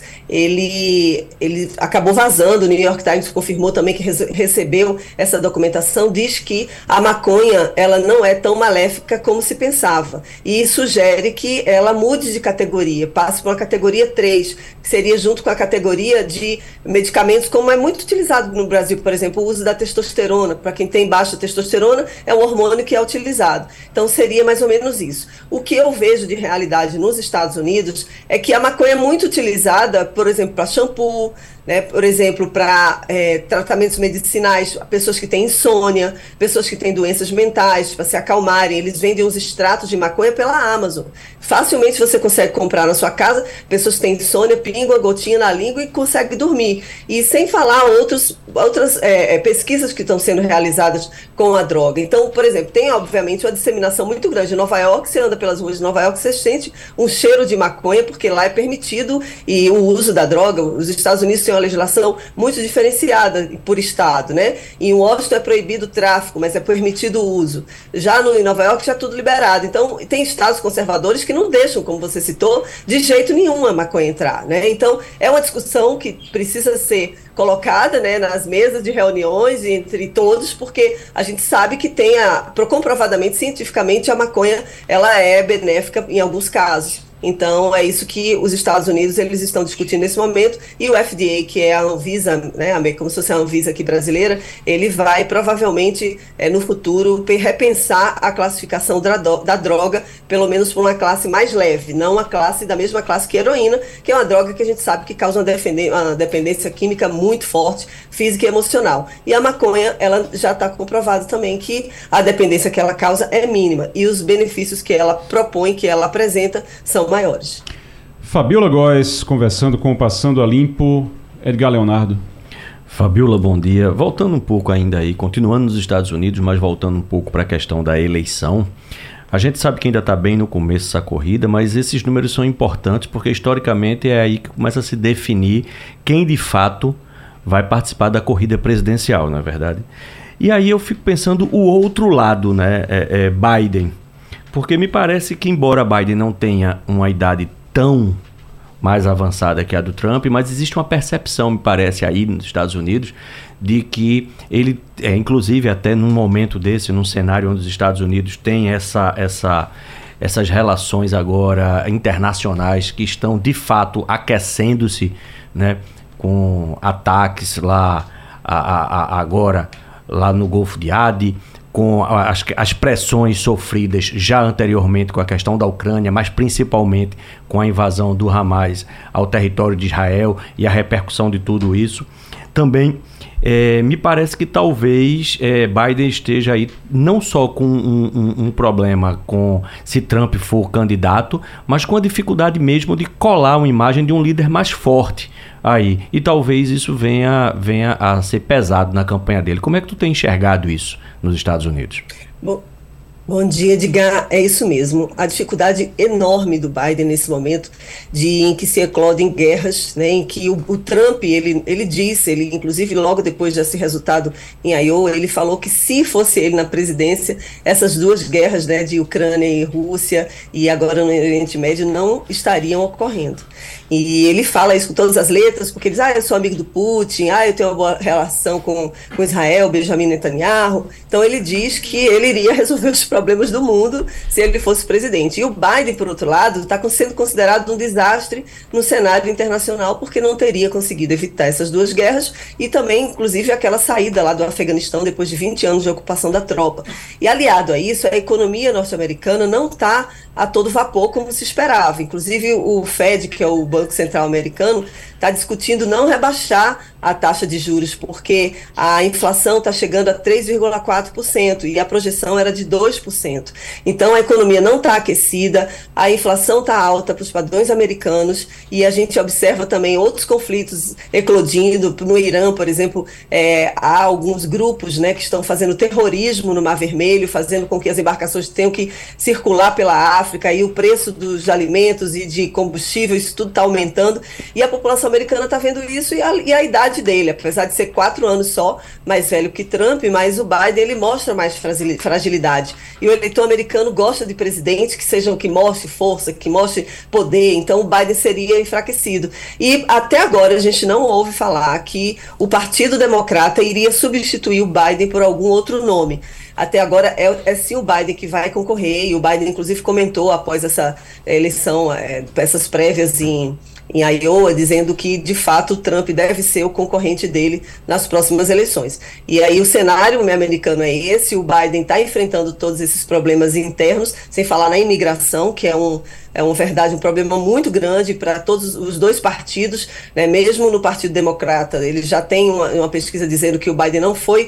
ele acabou vazando. O New York Times confirmou também que recebeu essa documentação, diz que a maconha ela não é tão maléfica como se pensava, e sugere que ela mude de categoria, passe para uma categoria 3, que seria junto com a categoria de medicamentos, como é muito utilizado no Brasil, por exemplo, o uso da testosterona. Para quem tem baixa testosterona, é um hormônio que é utilizado. Então seria mais ou menos isso. O que eu vejo de realidade nos Estados Unidos é que a maconha é muito utilizada, por exemplo, para shampoo, né, por exemplo, para tratamentos medicinais, pessoas que têm insônia, pessoas que têm doenças mentais, para se acalmarem. Eles vendem uns extratos de maconha pela Amazon. Facilmente você consegue comprar na sua casa, pessoas que têm insônia, pinga a gotinha na língua e consegue dormir. E sem falar outras pesquisas que estão sendo realizadas com a droga. Então, por exemplo, tem obviamente uma disseminação muito grande. Em Nova York, você anda pelas ruas de Nova York, você sente um cheiro de maconha, porque lá é permitido e o uso da droga. Os Estados Unidos têm uma legislação muito diferenciada por estado, né? Em Washington é proibido o tráfico, mas é permitido o uso. Já em Nova York já é tudo liberado. Então, tem estados conservadores que não deixam, como você citou, de jeito nenhum a maconha entrar, né? Então, é uma discussão que precisa ser colocada, né, nas mesas de reuniões entre todos, porque a gente sabe que comprovadamente, cientificamente, a maconha ela é benéfica em alguns casos. Então, é isso que os Estados Unidos eles estão discutindo nesse momento, e o FDA, que é a Anvisa, né, como se fosse a Anvisa aqui brasileira, ele vai provavelmente, no futuro, repensar a classificação da droga, pelo menos para uma classe mais leve, não da mesma classe que a heroína, que é uma droga que a gente sabe que causa uma dependência química muito forte, física e emocional. E a maconha, ela já está comprovado também que a dependência que ela causa é mínima, e os benefícios que ela propõe, que ela apresenta, são maiores. Fabiola Góes conversando com o Passando a Limpo. Edgar Leonardo. Fabiola, bom dia. Voltando um pouco ainda aí, continuando nos Estados Unidos, mas voltando um pouco para a questão da eleição, A gente sabe que ainda está bem no começo dessa corrida, mas esses números são importantes porque historicamente é aí que começa a se definir quem de fato vai participar da corrida presidencial, não é verdade? E aí eu fico pensando o outro lado, né? Biden. Porque me parece que, embora Biden não tenha uma idade tão mais avançada que a do Trump, mas existe uma percepção, me parece, aí nos Estados Unidos, de que ele, inclusive até num momento desse, num cenário onde os Estados Unidos têm essas relações agora internacionais que estão, de fato, aquecendo-se, né, com ataques lá, agora, lá no Golfo de Aden, com as pressões sofridas já anteriormente com a questão da Ucrânia, mas principalmente com a invasão do Hamas ao território de Israel e a repercussão de tudo isso. Também me parece que talvez Biden esteja aí não só com um problema com se Trump for candidato, mas com a dificuldade mesmo de colar uma imagem de um líder mais forte aí. E talvez isso venha a ser pesado na campanha dele. Como é que tu tem enxergado isso nos Estados Unidos? Bom dia, Edgar. É isso mesmo. A dificuldade enorme do Biden nesse momento, em que se eclodem guerras, né, em que o Trump, ele disse, inclusive logo depois desse resultado em Iowa, ele falou que se fosse ele na presidência, essas duas guerras, né, de Ucrânia e Rússia e agora no Oriente Médio não estariam ocorrendo. E ele fala isso com todas as letras, porque ele diz, eu sou amigo do Putin, eu tenho uma boa relação com Israel, Benjamin Netanyahu. Então ele diz que ele iria resolver os problemas do mundo se ele fosse presidente. E o Biden, por outro lado, está sendo considerado um desastre no cenário internacional, porque não teria conseguido evitar essas duas guerras e também, inclusive, aquela saída lá do Afeganistão depois de 20 anos de ocupação da tropa. E aliado a isso, a economia norte-americana não está a todo vapor como se esperava. Inclusive o Fed, que é o Banco Central Americano, está discutindo não rebaixar a taxa de juros, porque a inflação está chegando a 3,4% e a projeção era de 2%. Então a economia não está aquecida, a inflação está alta para os padrões americanos e a gente observa também outros conflitos eclodindo. No Irã, por exemplo, há alguns grupos, né, que estão fazendo terrorismo no Mar Vermelho, fazendo com que as embarcações tenham que circular pela África e o preço dos alimentos e de combustível, isso tudo está aumentando e a população americana está vendo isso e a idade dele, apesar de ser 4 anos só, mais velho que Trump, mas o Biden ele mostra mais fragilidade. E o eleitor americano gosta de presidente que mostre força, que mostre poder, então o Biden seria enfraquecido. E até agora a gente não ouve falar que o Partido Democrata iria substituir o Biden por algum outro nome. Até agora é sim o Biden que vai concorrer, e o Biden inclusive comentou após essa eleição, essas prévias em Iowa, dizendo que de fato o Trump deve ser o concorrente dele nas próximas eleições. E aí o cenário americano é esse, o Biden está enfrentando todos esses problemas internos, sem falar na imigração, que é um problema muito grande para todos os dois partidos, né? Mesmo no Partido Democrata, ele já tem uma pesquisa dizendo que o Biden não foi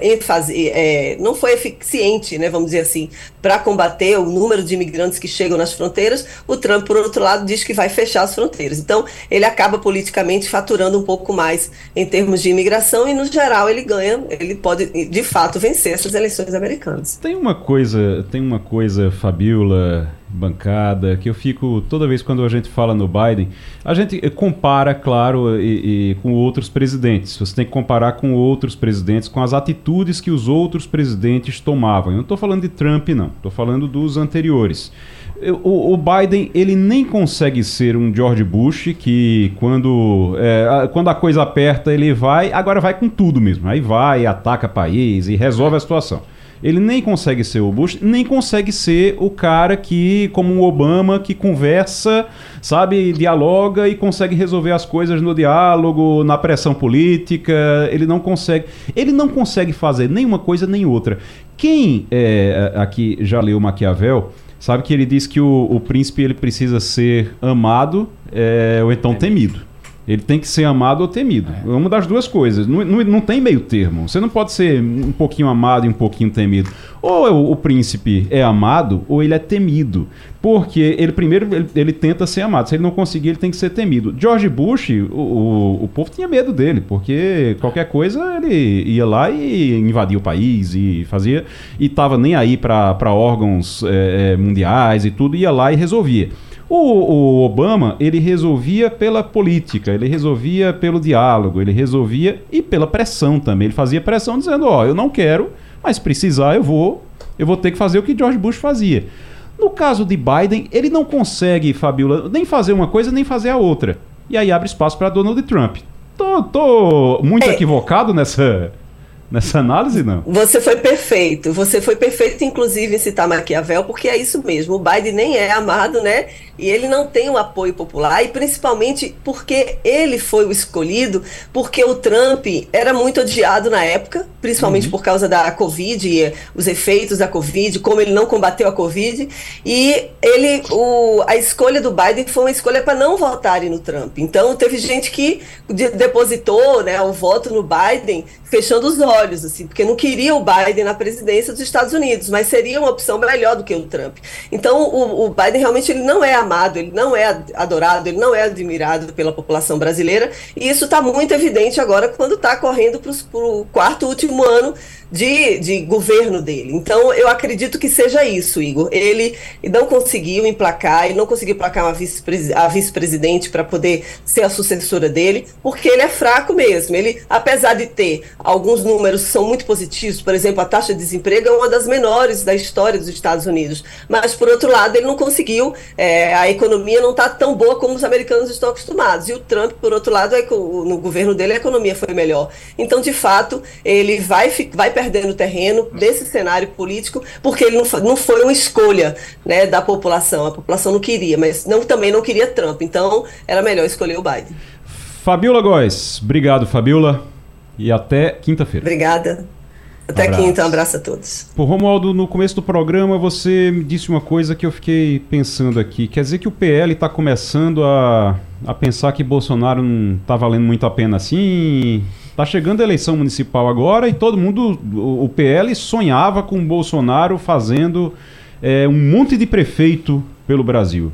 eficiente, né, vamos dizer assim, para combater o número de imigrantes que chegam nas fronteiras. O Trump, por outro lado, diz que vai fechar as fronteiras. Então, ele acaba politicamente faturando um pouco mais em termos de imigração e, no geral, ele pode, de fato, vencer essas eleições americanas. Tem uma coisa, Fabiola, bancada, que eu fico, toda vez quando a gente fala no Biden, a gente compara, claro, e com outros presidentes. Você tem que comparar com outros presidentes, com as atitudes que os outros presidentes tomavam. Eu não estou falando de Trump, não. Estou falando dos anteriores. O Biden, ele nem consegue ser um George Bush, que quando a coisa aperta, ele agora vai com tudo mesmo. Aí vai, ataca país e resolve a situação. Ele nem consegue ser o Bush, nem consegue ser o cara que, como o Obama, que conversa, sabe, dialoga e consegue resolver as coisas no diálogo, na pressão política. Ele não consegue fazer nem uma coisa nem outra. Quem aqui já leu Maquiavel sabe que ele diz que o príncipe ele precisa ser amado ou então temido. Ele tem que ser amado ou temido. É uma das duas coisas. Não tem meio termo. Você não pode ser um pouquinho amado e um pouquinho temido. Ou o príncipe é amado ou ele é temido. Porque ele tenta ser amado. Se ele não conseguir, ele tem que ser temido. George Bush, o povo tinha medo dele, porque qualquer coisa ele ia lá e invadia o país e fazia. E estava nem aí para órgãos mundiais e tudo, ia lá e resolvia. O Obama, ele resolvia pela política, ele resolvia pelo diálogo, ele resolvia e pela pressão também. Ele fazia pressão dizendo, eu não quero, mas se precisar eu vou ter que fazer o que George Bush fazia. No caso de Biden, ele não consegue, Fabiola, nem fazer uma coisa nem fazer a outra. E aí abre espaço para Donald Trump. Tô muito equivocado nessa análise, não? Você foi perfeito, inclusive em citar Maquiavel, porque é isso mesmo, o Biden nem é amado, né, e ele não tem um apoio popular, e principalmente porque ele foi o escolhido, porque o Trump era muito odiado na época, principalmente por causa da Covid, e os efeitos da Covid, como ele não combateu a Covid, e a escolha do Biden foi uma escolha para não votarem no Trump. Então teve gente que depositou, né, o voto no Biden fechando os olhos, assim, porque não queria o Biden na presidência dos Estados Unidos, mas seria uma opção melhor do que o Trump. Então o Biden realmente ele não é amado, ele não é adorado, ele não é admirado pela população brasileira, e isso está muito evidente agora quando está correndo para o quarto último ano de governo dele. Então eu acredito que seja isso, Igor. Ele não conseguiu emplacar a vice-presidente para poder ser a sucessora dele, porque ele é fraco mesmo. Ele, apesar de ter alguns números que são muito positivos, por exemplo, a taxa de desemprego é uma das menores da história dos Estados Unidos, mas por outro lado ele não conseguiu, a economia não está tão boa como os americanos estão acostumados, e o Trump, por outro lado, no governo dele a economia foi melhor. Então, de fato, ele vai perdendo terreno desse cenário político, porque ele não foi uma escolha, né, da população. A população não queria, mas também não queria Trump. Então, era melhor escolher o Biden. Fabiola Góes, obrigado, Fabiola, e até quinta-feira. Obrigada. Até quinta, um abraço a todos. Pô, Romualdo, no começo do programa você me disse uma coisa que eu fiquei pensando aqui. Quer dizer que o PL está começando a pensar que Bolsonaro não está valendo muito a pena assim? Tá chegando a eleição municipal agora e todo mundo, o PL sonhava com o Bolsonaro fazendo um monte de prefeito pelo Brasil.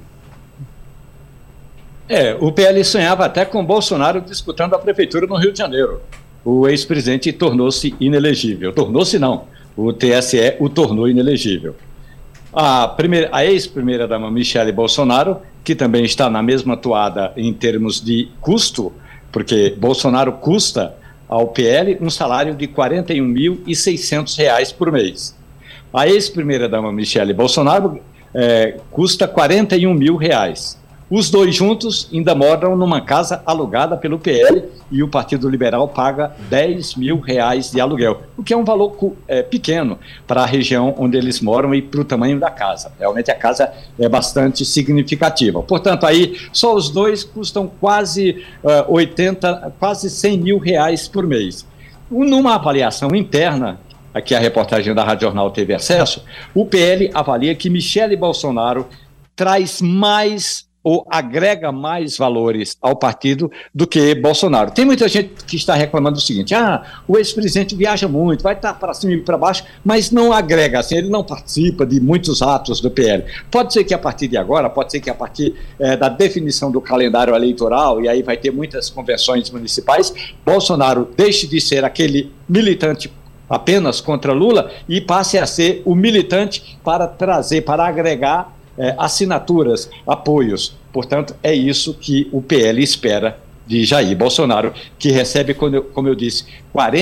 O PL sonhava até com o Bolsonaro disputando a prefeitura no Rio de Janeiro. O ex-presidente tornou-se inelegível. Tornou-se não, o TSE o tornou inelegível. A ex-primeira-dama Michele Bolsonaro, que também está na mesma toada em termos de custo, porque Bolsonaro custa ao PL um salário de R$ 41.600 por mês. A ex-primeira-dama Michele Bolsonaro custa R$ 41 mil. Os dois juntos ainda moram numa casa alugada pelo PL e o Partido Liberal paga R$ 10 mil de aluguel, o que é um valor pequeno para a região onde eles moram e para o tamanho da casa. Realmente a casa é bastante significativa. Portanto, aí só os dois custam quase quase R$ 100 mil por mês. Numa avaliação interna, aqui a reportagem da Rádio Jornal teve acesso, o PL avalia que Michele Bolsonaro traz mais ou agrega mais valores ao partido do que Bolsonaro. Tem muita gente que está reclamando do seguinte, o ex-presidente viaja muito, vai estar para cima e para baixo, mas não agrega, assim, ele não participa de muitos atos do PL. Pode ser que a partir de agora, pode ser que a partir da definição do calendário eleitoral, e aí vai ter muitas convenções municipais, Bolsonaro deixe de ser aquele militante apenas contra Lula e passe a ser o militante para trazer, para agregar assinaturas, apoios. Portanto, é isso que o PL espera de Jair Bolsonaro, que recebe, como eu disse, R$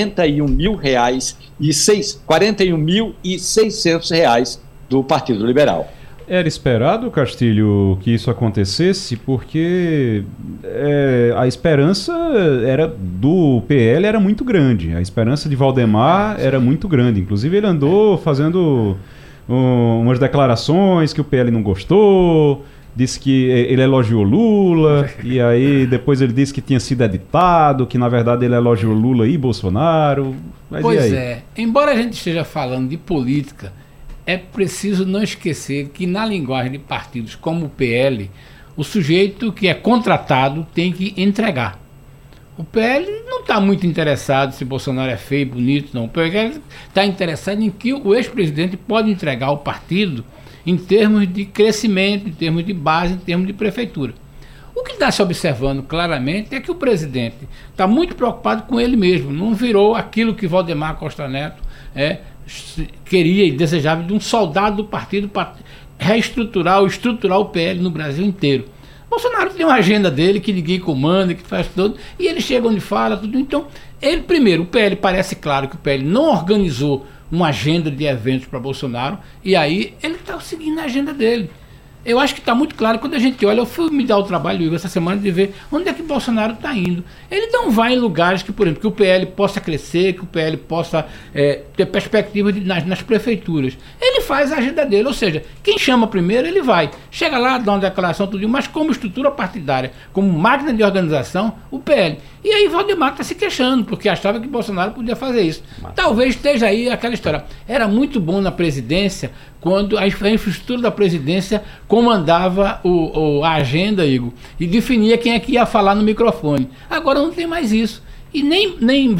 41.600 do Partido Liberal. Era esperado, Castilho, que isso acontecesse, porque a esperança do PL era muito grande, a esperança de Valdemar era muito grande. Inclusive ele andou fazendo umas declarações que o PL não gostou, disse que ele elogiou Lula, e aí depois ele disse que tinha sido editado, que na verdade ele elogiou Lula e Bolsonaro. Mas pois embora a gente esteja falando de política, é preciso não esquecer que na linguagem de partidos como o PL, o sujeito que é contratado tem que entregar. O PL não está muito interessado se Bolsonaro é feio, bonito, não. O PL está interessado em que o ex-presidente pode entregar ao partido em termos de crescimento, em termos de base, em termos de prefeitura. O que está se observando claramente é que o presidente está muito preocupado com ele mesmo, não virou aquilo que Valdemar Costa Neto queria e desejava, de um soldado do partido para reestruturar ou estruturar o PL no Brasil inteiro. Bolsonaro tem uma agenda dele que ninguém comanda, que faz tudo, e ele chega onde fala, tudo. Então, o PL parece claro que o PL não organizou uma agenda de eventos para Bolsonaro, e aí ele está seguindo a agenda dele. Eu acho que está muito claro, quando a gente olha, eu fui me dar o trabalho, Igor, essa semana, de ver onde é que Bolsonaro está indo. Ele não vai em lugares que, por exemplo, que o PL possa crescer, que o PL possa ter perspectiva nas prefeituras. Ele faz a agenda dele, ou seja, quem chama primeiro, ele vai. Chega lá, dá uma declaração, tudo, mas como estrutura partidária, como máquina de organização, o PL. E aí Valdemar está se queixando, porque achava que Bolsonaro podia fazer isso. Talvez esteja aí aquela história. Era muito bom na presidência, quando a infraestrutura da presidência comandava a agenda, Igor, e definia quem é que ia falar no microfone. Agora não tem mais isso. E nem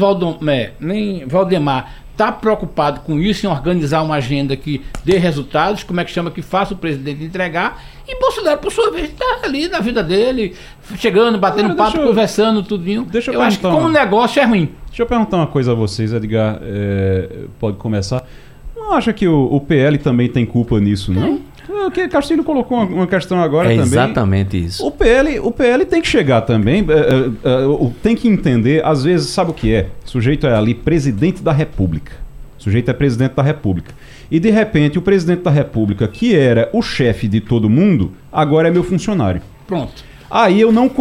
Valdemar está preocupado com isso, em organizar uma agenda que dê resultados, como é que chama, que faça o presidente entregar, e Bolsonaro, por sua vez, está ali na vida dele, chegando, batendo papo, conversando, tudinho. Eu acho que como negócio é ruim. Deixa eu perguntar uma coisa a vocês, Edgar, pode começar. Não acha que o PL também tem culpa nisso, não? Porque Castilho colocou uma questão agora também. Exatamente isso. O PL tem que chegar também, tem que entender, às vezes, sabe o que é? O sujeito é ali presidente da República. O sujeito é presidente da República. E, de repente, o presidente da República, que era o chefe de todo mundo, agora é meu funcionário. Pronto. Aí eu não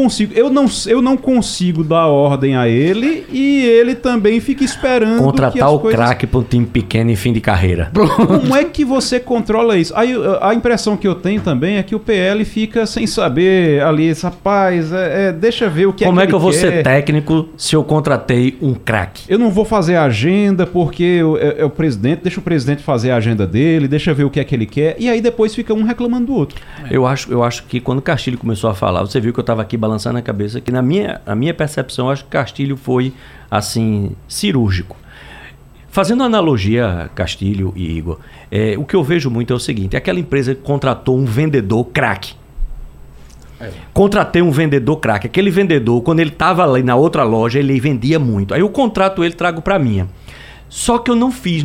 consigo dar ordem a ele, e ele também fica esperando contratar o craque para um time pequeno em fim de carreira. Como é que você controla isso? Aí a impressão que eu tenho também é que o PL fica sem saber ali, rapaz, deixa ver o que Como é que eu vou quer. ser técnico se eu contratei um craque? Eu não vou fazer a agenda porque é o presidente, deixa o presidente fazer a agenda dele, deixa ver o que é que ele quer, e aí depois fica um reclamando do outro. Eu acho que quando Castilho começou a falar, você viu que eu estava aqui balançando a cabeça, que na minha percepção, eu acho que Castilho foi, assim, cirúrgico. Fazendo analogia, Castilho e Igor, o que eu vejo muito é o seguinte, aquela empresa que contratou um vendedor craque. Contratei um vendedor craque. Aquele vendedor, quando ele estava ali na outra loja, ele vendia muito. Aí eu contrato ele, trago para minha. Só que eu não fiz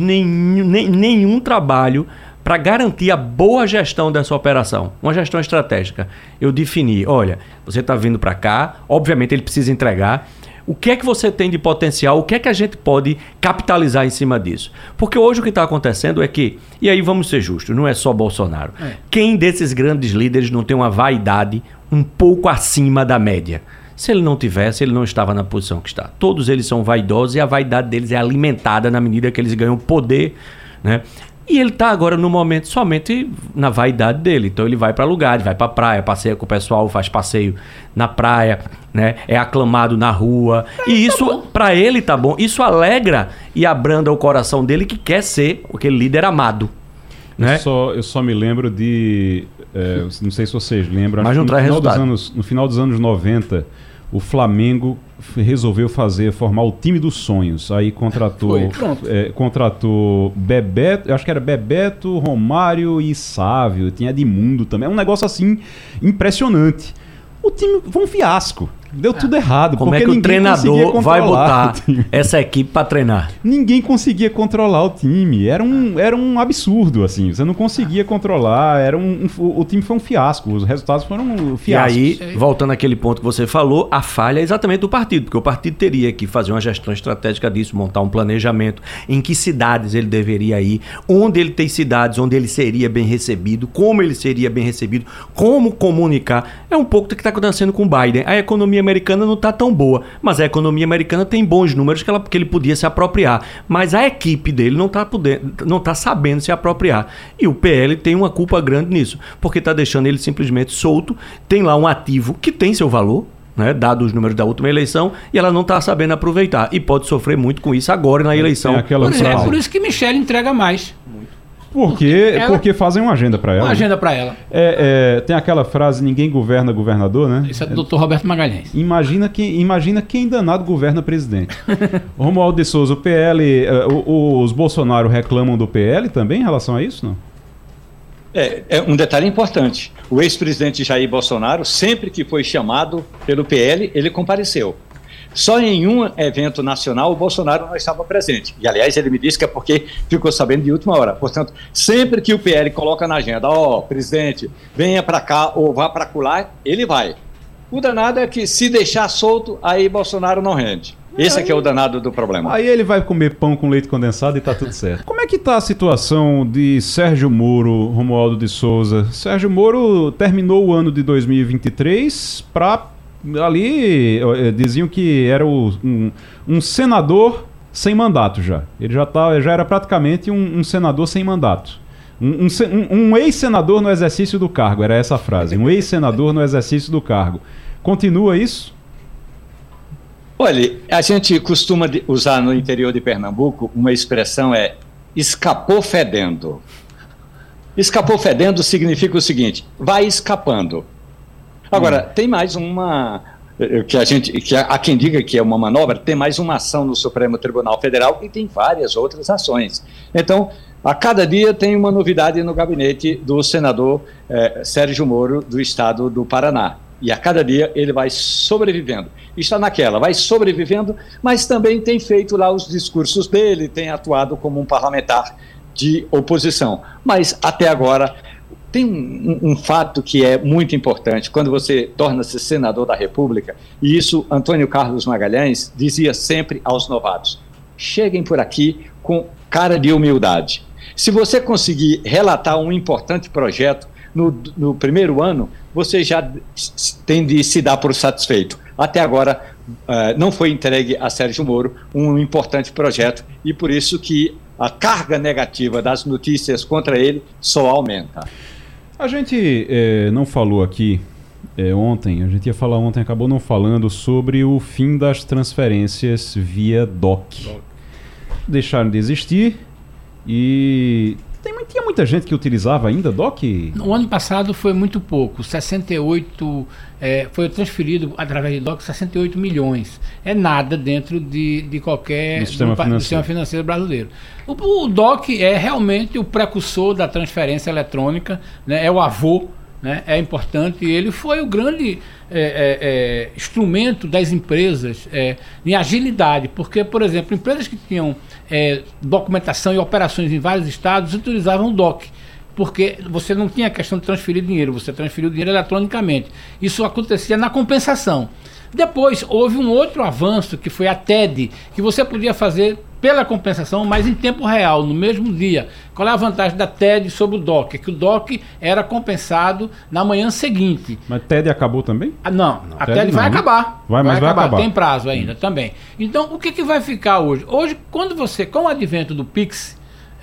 nenhum trabalho para garantir a boa gestão dessa operação, uma gestão estratégica. Eu defini, olha, você está vindo para cá, obviamente ele precisa entregar, o que é que você tem de potencial, o que é que a gente pode capitalizar em cima disso? Porque hoje o que está acontecendo é que, e aí vamos ser justos, não é só Bolsonaro, quem desses grandes líderes não tem uma vaidade um pouco acima da média? Se ele não tivesse, ele não estava na posição que está. Todos eles são vaidosos e a vaidade deles é alimentada na medida que eles ganham poder, né? E ele está agora no momento somente na vaidade dele. Então ele vai para lugares, vai para praia, passeia com o pessoal, faz passeio na praia, né? É aclamado na rua. E isso, para ele tá bom. Isso alegra e abranda o coração dele, que quer ser aquele líder amado. Né? Eu só me lembro de... não sei se vocês lembram. Mas não traz resultado. No final dos anos 90, o Flamengo resolveu formar o time dos sonhos. Aí contratou Bebeto, acho que era Bebeto, Romário e Sávio, tinha Edmundo também. É um negócio assim impressionante. O time foi um fiasco. Deu tudo errado. Como é que o treinador vai botar essa equipe para treinar? Ninguém conseguia controlar o time. Era um absurdo, assim. Você não conseguia controlar. O time foi um fiasco. Os resultados foram fiascos. E aí, voltando àquele ponto que você falou, a falha é exatamente do partido. Porque o partido teria que fazer uma gestão estratégica disso, montar um planejamento, em que cidades ele deveria ir, onde ele tem cidades onde ele seria bem recebido, como ele seria bem recebido, como comunicar. É um pouco do que está acontecendo com o Biden. A economia americana não está tão boa, mas a economia americana tem bons números que ele podia se apropriar, mas a equipe dele não está sabendo se apropriar, e o PL tem uma culpa grande nisso, porque está deixando ele simplesmente solto. Tem lá um ativo que tem seu valor, né, dado os números da última eleição, e ela não está sabendo aproveitar, e pode sofrer muito com isso agora na eleição. Por isso que Michele entrega mais. Por quê? Porque fazem uma agenda para ela. Uma agenda para ela. Tem aquela frase, ninguém governa governador, né? Isso é do Dr. Roberto Magalhães. Imagina quem danado governa presidente. Romualdo de Souza, o PL, os Bolsonaro reclamam do PL também em relação a isso, não? É um detalhe importante. O ex-presidente Jair Bolsonaro, sempre que foi chamado pelo PL, ele compareceu. Só em um evento nacional o Bolsonaro não estava presente. E, aliás, ele me disse que é porque ficou sabendo de última hora. Portanto, sempre que o PL coloca na agenda, presidente, venha para cá ou vá para acolá, ele vai. O danado é que se deixar solto, aí Bolsonaro não rende. Esse é que é o danado do problema. Aí ele vai comer pão com leite condensado e tá tudo certo. Como é que tá a situação de Sérgio Moro, Romualdo de Souza? Sérgio Moro terminou o ano de 2023 para... Ali diziam que era um senador sem mandato já. Ele já era praticamente um senador sem mandato. Um ex-senador no exercício do cargo, era essa a frase. Um ex-senador no exercício do cargo. Continua isso? Olha, a gente costuma usar no interior de Pernambuco uma expressão escapou fedendo. Escapou fedendo significa o seguinte, vai escapando. Agora, tem mais uma, há quem diga que é uma manobra, tem mais uma ação no Supremo Tribunal Federal e tem várias outras ações. Então, a cada dia tem uma novidade no gabinete do senador Sérgio Moro, do estado do Paraná. E a cada dia ele vai sobrevivendo. Está naquela, vai sobrevivendo, mas também tem feito lá os discursos dele, tem atuado como um parlamentar de oposição. Mas, até agora... Tem um fato que é muito importante, quando você torna-se senador da República, e isso Antônio Carlos Magalhães dizia sempre aos novatos, cheguem por aqui com cara de humildade. Se você conseguir relatar um importante projeto no primeiro ano, você já tem de se dar por satisfeito. Até agora não foi entregue a Sérgio Moro um importante projeto, e por isso que a carga negativa das notícias contra ele só aumenta. A gente não falou aqui ontem, a gente ia falar ontem, acabou não falando sobre o fim das transferências via DOC. Deixaram de existir e tinha muita gente que utilizava ainda DOC? No ano passado foi muito pouco, 68, foi transferido através de DOC 68 milhões. É nada dentro de qualquer do sistema financeiro brasileiro. O DOC é realmente o precursor da transferência eletrônica, né? É o avô, né? É importante, e ele foi o grande instrumento das empresas em agilidade, porque, por exemplo, empresas que tinham documentação e operações em vários estados utilizavam o DOC, porque você não tinha a questão de transferir dinheiro, você transferiu o dinheiro eletronicamente. Isso acontecia na compensação. Depois houve um outro avanço, que foi a TED, que você podia fazer pela compensação, mas em tempo real, no mesmo dia. Qual é a vantagem da TED sobre o DOC? É que o DOC era compensado na manhã seguinte. Mas TED acabou também? Não, a TED vai acabar. Vai acabar. Tem prazo ainda também. Então, o que vai ficar hoje? Hoje, quando você, com o advento do Pix,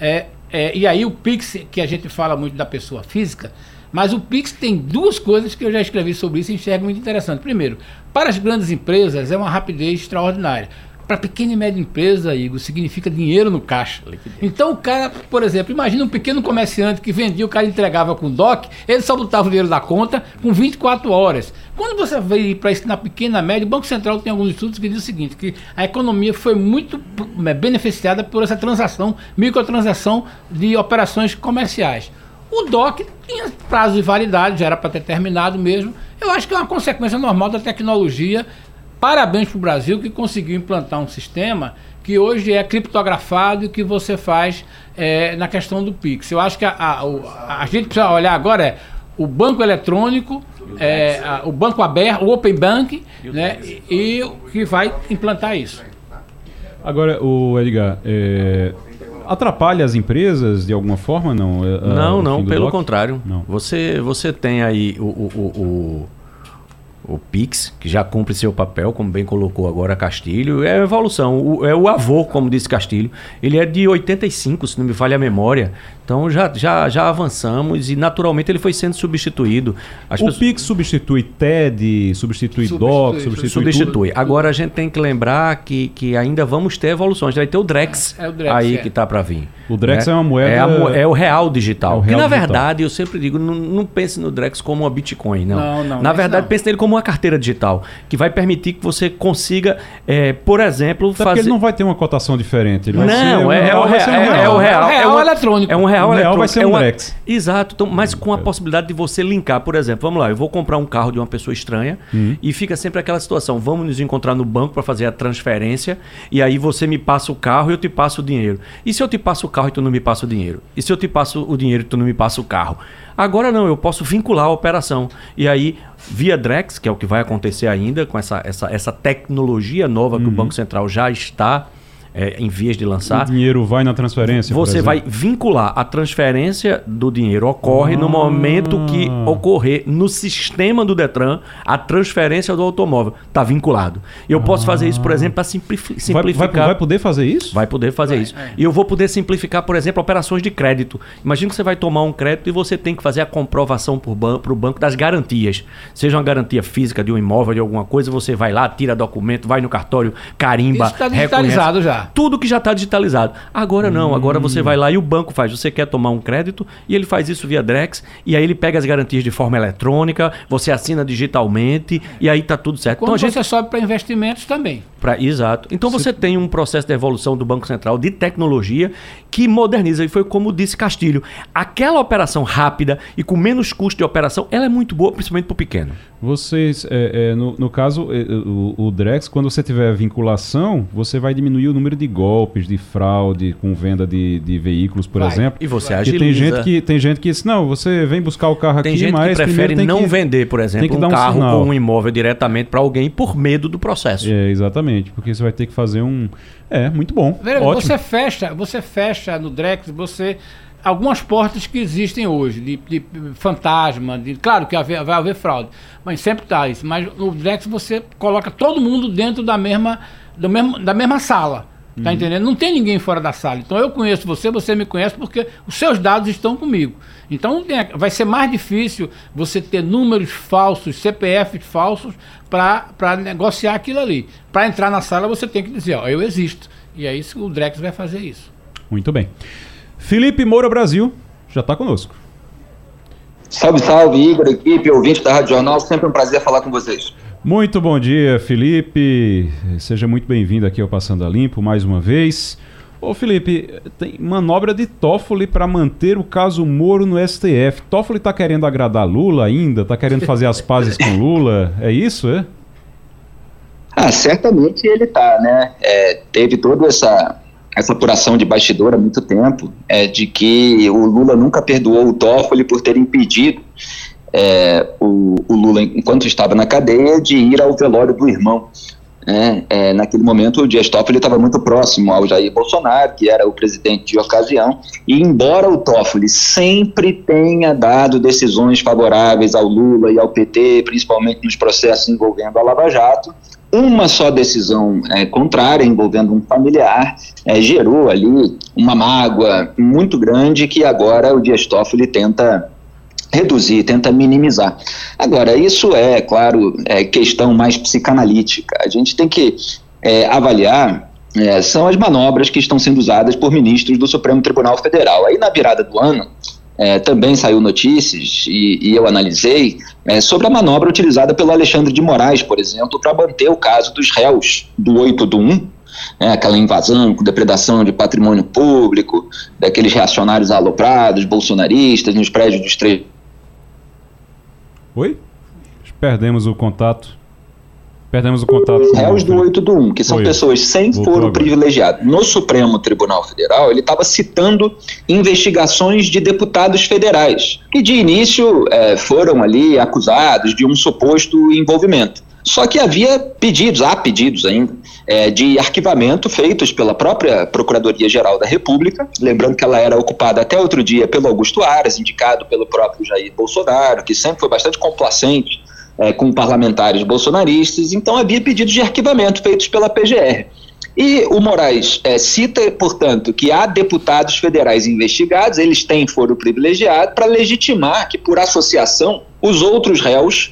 e aí o Pix, que a gente fala muito da pessoa física, mas o Pix tem duas coisas que eu já escrevi sobre isso e enxergo muito interessante. Primeiro, para as grandes empresas é uma rapidez extraordinária. Para pequena e média empresa, Igor, significa dinheiro no caixa. Então o cara, por exemplo, imagina um pequeno comerciante que vendia, o cara entregava com DOC, ele só botava o dinheiro da conta com 24 horas. Quando você vai para isso na pequena e média, o Banco Central tem alguns estudos que dizem o seguinte, que a economia foi muito beneficiada por essa transação, microtransação de operações comerciais. O DOC tinha prazo de validade, já era para ter terminado mesmo. Eu acho que é uma consequência normal da tecnologia. Parabéns para o Brasil, que conseguiu implantar um sistema que hoje é criptografado e que você faz na questão do Pix. Eu acho que a gente precisa olhar agora o banco eletrônico, o banco aberto, o Open Bank, né, e que vai implantar isso. Agora, o Edgar, atrapalha as empresas de alguma forma, não? Não, pelo DOC? contrário. Não. Você tem aí o Pix, que já cumpre seu papel, como bem colocou agora Castilho, é evolução, é o avô, como disse Castilho, ele é de 85, se não me falha a memória, então já avançamos e naturalmente ele foi sendo substituído. Pix substitui TED, substitui DOC, substitui tudo. Agora a gente tem que lembrar que ainda vamos ter evoluções, vai ter o Drex, que está para vir. O Drex é uma moeda... É o real digital. E na verdade, eu sempre digo, não pense no Drex como uma Bitcoin, não. Na verdade, pense nele como uma carteira digital, que vai permitir que você consiga, por exemplo, fazer... Porque ele não vai ter uma cotação diferente. Ele vai ser o real eletrônico. É um real eletrônico. Vai ser um Drex. Exato, então, mas com a possibilidade de você linkar, por exemplo, vamos lá, eu vou comprar um carro de uma pessoa estranha e fica sempre aquela situação, vamos nos encontrar no banco para fazer a transferência e aí você me passa o carro e eu te passo o dinheiro. E se eu te passo o carro e tu não me passa o dinheiro? E se eu te passo o dinheiro e tu não me passa o carro? Agora não, eu posso vincular a operação. E aí, via Drex, que é o que vai acontecer ainda com essa tecnologia nova que o Banco Central já está em vias de lançar. O dinheiro vai na transferência, você vai vincular a transferência do dinheiro, ocorre no momento que ocorrer no sistema do Detran a transferência do automóvel. Está vinculado. Eu posso fazer isso, por exemplo, para simplificar. Vai poder fazer isso? Vai poder fazer isso. E eu vou poder simplificar, por exemplo, operações de crédito. Imagina que você vai tomar um crédito e você tem que fazer a comprovação para o banco das garantias. Seja uma garantia física de um imóvel, de alguma coisa, você vai lá, tira documento, vai no cartório, carimba. Isso está digitalizado já. Tudo que já está digitalizado. Agora não, agora você vai lá e o banco faz. Você quer tomar um crédito e ele faz isso via Drex e aí ele pega as garantias de forma eletrônica, você assina digitalmente e aí está tudo certo. Então você sobe para investimentos também. Exato. Então você tem um processo de evolução do Banco Central de tecnologia que moderniza. E foi como disse Castilho. Aquela operação rápida e com menos custo de operação, ela é muito boa, principalmente para o pequeno. Vocês, no caso, o Drex, quando você tiver vinculação, você vai diminuir o número de golpes, de fraude com venda de veículos, por exemplo. E você agiliza. Tem gente que diz, não, você vem buscar o carro tem aqui, gente mas que prefere não vender, por exemplo, um carro ou um imóvel diretamente para alguém por medo do processo. Exatamente, porque você vai ter que fazer muito bom. Ótimo. Você fecha no Drex, algumas portas que existem hoje, de fantasma, claro que vai haver fraude, mas sempre está isso. Mas no Drex você coloca todo mundo dentro da mesma sala. Tá entendendo? Não tem ninguém fora da sala. Então eu conheço você me conhece porque os seus dados estão comigo. Então vai ser mais difícil você ter números falsos, CPF falsos para negociar aquilo ali. Para entrar na sala você tem que dizer, eu existo. E é isso que o Drex vai fazer isso. Muito bem. Felipe Moura Brasil já está conosco. Salve, salve, Igor, equipe, ouvinte da Rádio Jornal. Sempre um prazer falar com vocês. Muito bom dia, Felipe. Seja muito bem-vindo aqui ao Passando a Limpo mais uma vez. Ô Felipe, tem manobra de Toffoli para manter o caso Moro no STF. Toffoli está querendo agradar Lula ainda? Está querendo fazer as pazes com Lula? É isso, é? Certamente ele está, né? Teve toda essa apuração de bastidor há muito tempo, de que o Lula nunca perdoou o Toffoli por ter impedido o Lula, enquanto estava na cadeia, de ir ao velório do irmão. Naquele momento o Dias Toffoli estava muito próximo ao Jair Bolsonaro, que era o presidente de ocasião, e embora o Toffoli sempre tenha dado decisões favoráveis ao Lula e ao PT, principalmente nos processos envolvendo a Lava Jato, uma só decisão contrária, envolvendo um familiar, gerou ali uma mágoa muito grande que agora o Dias Toffoli tenta reduzir, tenta minimizar. Agora, isso claro, questão mais psicanalítica. A gente tem que avaliar são as manobras que estão sendo usadas por ministros do Supremo Tribunal Federal. Aí na virada do ano, também saiu notícias e eu analisei sobre a manobra utilizada pelo Alexandre de Moraes, por exemplo, para manter o caso dos réus do 8 do 1, aquela invasão com depredação de patrimônio público, daqueles reacionários aloprados, bolsonaristas, nos prédios dos três. Oi? Perdemos o contato. Réus do 8 do 1, que são pessoas sem foro privilegiado. No Supremo Tribunal Federal, ele estava citando investigações de deputados federais, que de início foram ali acusados de um suposto envolvimento. Só que há pedidos ainda, de arquivamento feitos pela própria Procuradoria-Geral da República, lembrando que ela era ocupada até outro dia pelo Augusto Aras, indicado pelo próprio Jair Bolsonaro, que sempre foi bastante complacente com parlamentares bolsonaristas. Então havia pedidos de arquivamento feitos pela PGR. E o Moraes cita, portanto, que há deputados federais investigados, eles têm foro privilegiado para legitimar que, por associação, os outros réus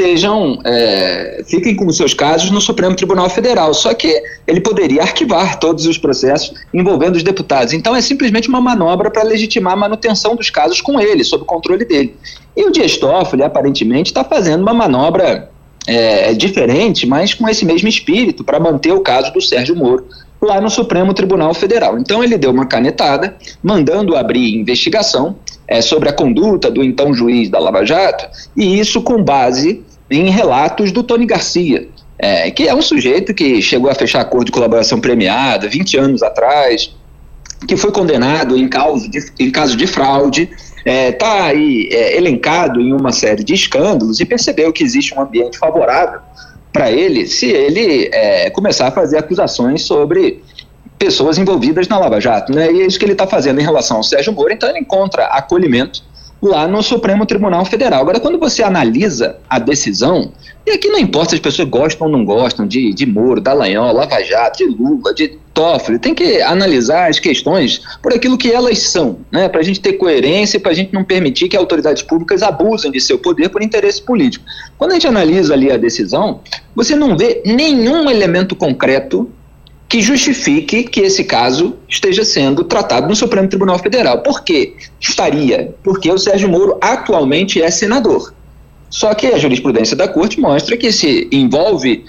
fiquem com seus casos no Supremo Tribunal Federal. Só que ele poderia arquivar todos os processos envolvendo os deputados. Então é simplesmente uma manobra para legitimar a manutenção dos casos com ele, sob o controle dele. E o Dias Toffoli, aparentemente, está fazendo uma manobra diferente, mas com esse mesmo espírito, para manter o caso do Sérgio Moro lá no Supremo Tribunal Federal. Então ele deu uma canetada, mandando abrir investigação sobre a conduta do então juiz da Lava Jato, e isso com base em relatos do Tony Garcia, que é um sujeito que chegou a fechar acordo de colaboração premiada 20 anos atrás, que foi condenado em caso de fraude, está aí elencado em uma série de escândalos, e percebeu que existe um ambiente favorável para ele se ele começar a fazer acusações sobre pessoas envolvidas na Lava Jato, né? E é isso que ele está fazendo em relação ao Sérgio Moro. Então ele encontra acolhimento lá no Supremo Tribunal Federal. Agora, quando você analisa a decisão, e aqui não importa se as pessoas gostam ou não gostam de Moro, Dallagnol, Lava Jato, de Lula, de Toffoli, tem que analisar as questões por aquilo que elas são, né? Para a gente ter coerência e para a gente não permitir que autoridades públicas abusem de seu poder por interesse político. Quando a gente analisa ali a decisão, você não vê nenhum elemento concreto que justifique que esse caso esteja sendo tratado no Supremo Tribunal Federal. Por quê? Porque o Sérgio Moro atualmente é senador. Só que a jurisprudência da Corte mostra que se envolve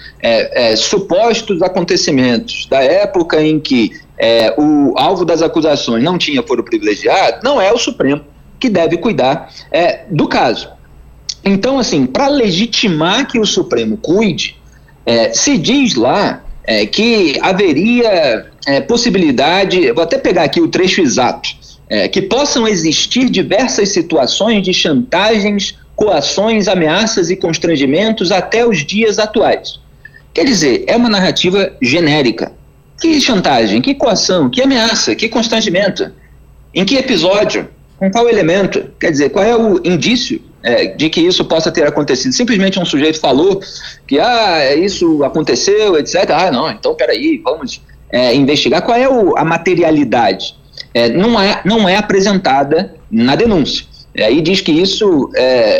supostos acontecimentos da época em que o alvo das acusações não tinha foro privilegiado, não é o Supremo que deve cuidar do caso. Então, assim, para legitimar que o Supremo cuide, se diz lá que haveria possibilidade, vou até pegar aqui o trecho exato, que possam existir diversas situações de chantagens, coações, ameaças e constrangimentos até os dias atuais. Quer dizer, é uma narrativa genérica. Que chantagem, que coação, que ameaça, que constrangimento? Em que episódio? Com qual elemento? Quer dizer, qual é o indício de que isso possa ter acontecido? Simplesmente um sujeito falou que isso aconteceu, etc. Não, então peraí, vamos investigar. Qual é a materialidade? Não é apresentada na denúncia. Aí diz que isso,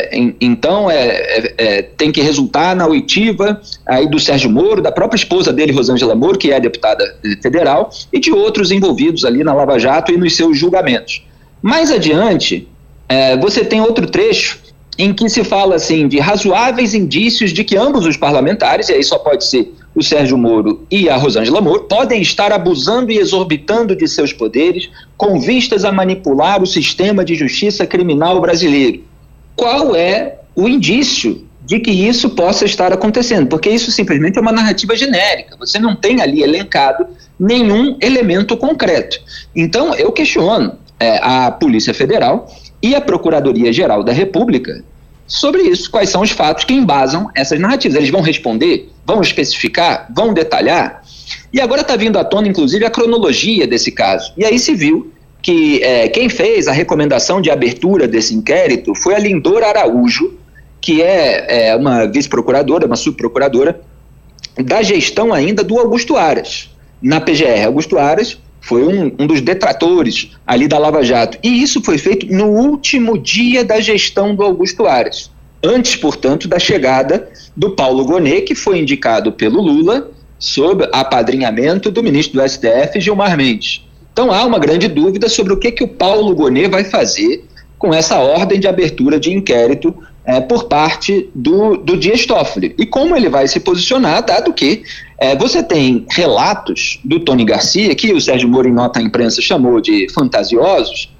tem que resultar na oitiva aí do Sérgio Moro, da própria esposa dele, Rosângela Moro, que é deputada federal, e de outros envolvidos ali na Lava Jato e nos seus julgamentos. Mais adiante, você tem outro trecho em que se fala assim de razoáveis indícios de que ambos os parlamentares, e aí só pode ser o Sérgio Moro e a Rosângela Moro, podem estar abusando e exorbitando de seus poderes com vistas a manipular o sistema de justiça criminal brasileiro. Qual é o indício de que isso possa estar acontecendo? Porque isso simplesmente é uma narrativa genérica, você não tem ali elencado nenhum elemento concreto. Então eu questiono a Polícia Federal e a Procuradoria-Geral da República sobre isso, quais são os fatos que embasam essas narrativas. Eles vão responder, vão especificar, vão detalhar, e agora está vindo à tona, inclusive, a cronologia desse caso. E aí se viu que quem fez a recomendação de abertura desse inquérito foi a Lindora Araújo, que é uma vice-procuradora, uma subprocuradora, da gestão ainda do Augusto Aras, na PGR. Augusto Aras foi um dos detratores ali da Lava Jato. E isso foi feito no último dia da gestão do Augusto Aras. Antes, portanto, da chegada do Paulo Gonet, que foi indicado pelo Lula sob apadrinhamento do ministro do STF, Gilmar Mendes. Então há uma grande dúvida sobre o que o Paulo Gonet vai fazer com essa ordem de abertura de inquérito por parte do Dias Toffoli. E como ele vai se posicionar, dado que você tem relatos do Tony Garcia, que o Sérgio Moro, em nota à imprensa, chamou de fantasiosos,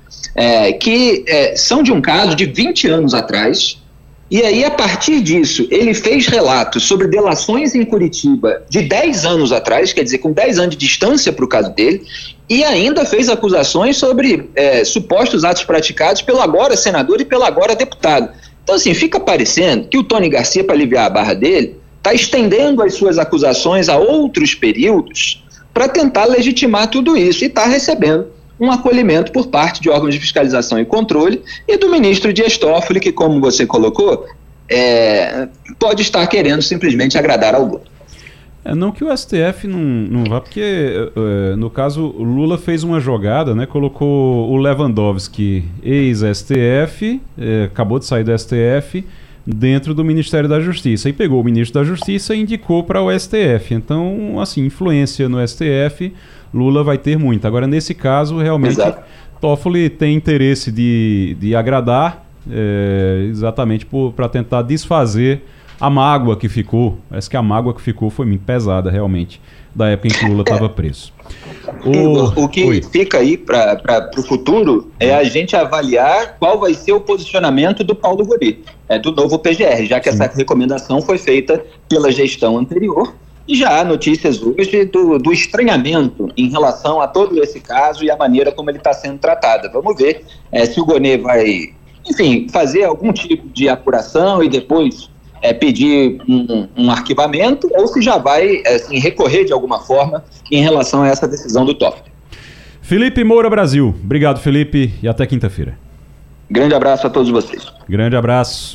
que são de um caso de 20 anos atrás, e aí, a partir disso, ele fez relatos sobre delações em Curitiba de 10 anos atrás, quer dizer, com 10 anos de distância para o caso dele, e ainda fez acusações sobre supostos atos praticados pelo agora senador e pelo agora deputado. Então, assim, fica parecendo que o Tony Garcia, para aliviar a barra dele, está estendendo as suas acusações a outros períodos para tentar legitimar tudo isso, e está recebendo um acolhimento por parte de órgãos de fiscalização e controle e do ministro Dias Toffoli, que, como você colocou, pode estar querendo simplesmente agradar ao Lula. Não que o STF não vá, porque no caso o Lula fez uma jogada, né? Colocou o Lewandowski, ex-STF, acabou de sair do STF, dentro do Ministério da Justiça, e pegou o ministro da Justiça e indicou para o STF. Então, assim, influência no STF, Lula vai ter muito. Agora, nesse caso, realmente, Exato. Toffoli tem interesse de agradar, exatamente para tentar desfazer a mágoa que ficou. Parece que a mágoa que ficou foi muito pesada, realmente, da época em que Lula estava preso. O que fica aí para o futuro é a gente avaliar qual vai ser o posicionamento do Paulo Gori, do novo PGR, já que essa recomendação foi feita pela gestão anterior. E já há notícias hoje do estranhamento em relação a todo esse caso e a maneira como ele está sendo tratado. Vamos ver se o Gonê vai, enfim, fazer algum tipo de apuração e depois pedir um arquivamento, ou se já vai assim, recorrer de alguma forma em relação a essa decisão do Toffoli. Felipe Moura Brasil. Obrigado, Felipe, e até quinta-feira. Grande abraço a todos vocês. Grande abraço.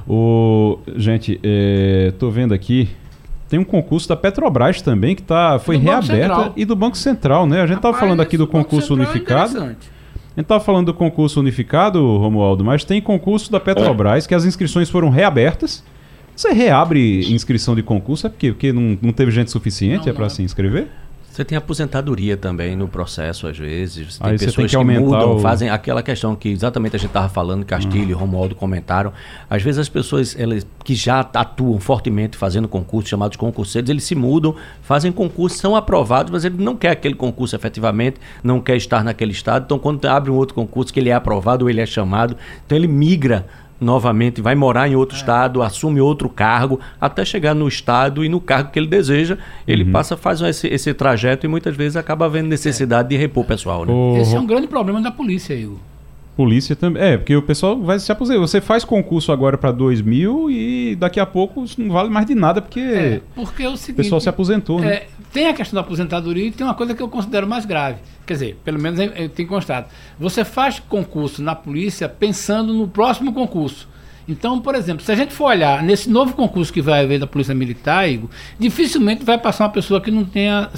Gente, tô vendo aqui, tem um concurso da Petrobras também que foi reaberto, e do Banco Central, né? A gente estava falando aqui do concurso unificado. A gente estava falando do concurso unificado, Romualdo, mas tem concurso da Petrobras que as inscrições foram reabertas. Você reabre inscrição de concurso, porque não teve gente suficiente para se inscrever? Você tem aposentadoria também no processo, às vezes. Tem aí pessoas tem que mudam, fazem aquela questão que exatamente a gente estava falando, Castilho e Romualdo comentaram. Às vezes as pessoas que já atuam fortemente fazendo concursos, chamados concurseiros, eles se mudam, fazem concurso, são aprovados, mas ele não quer aquele concurso efetivamente, não quer estar naquele estado. Então, quando abre um outro concurso que ele é aprovado ou ele é chamado, então ele migra novamente, vai morar em outro estado, assume outro cargo, até chegar no estado e no cargo que ele deseja, ele faz esse trajeto e muitas vezes acaba havendo necessidade de repor pessoal. Né? Esse é um grande problema da polícia, Igor. Polícia também. Porque o pessoal vai se aposentar. Você faz concurso agora para 2000 e daqui a pouco isso não vale mais de nada porque o seguinte, o pessoal se aposentou. Né? Tem a questão da aposentadoria e tem uma coisa que eu considero mais grave. Quer dizer, pelo menos eu tenho constado. Você faz concurso na polícia pensando no próximo concurso. Então, por exemplo, se a gente for olhar nesse novo concurso que vai haver da Polícia Militar, Igor, dificilmente vai passar uma pessoa que não tenha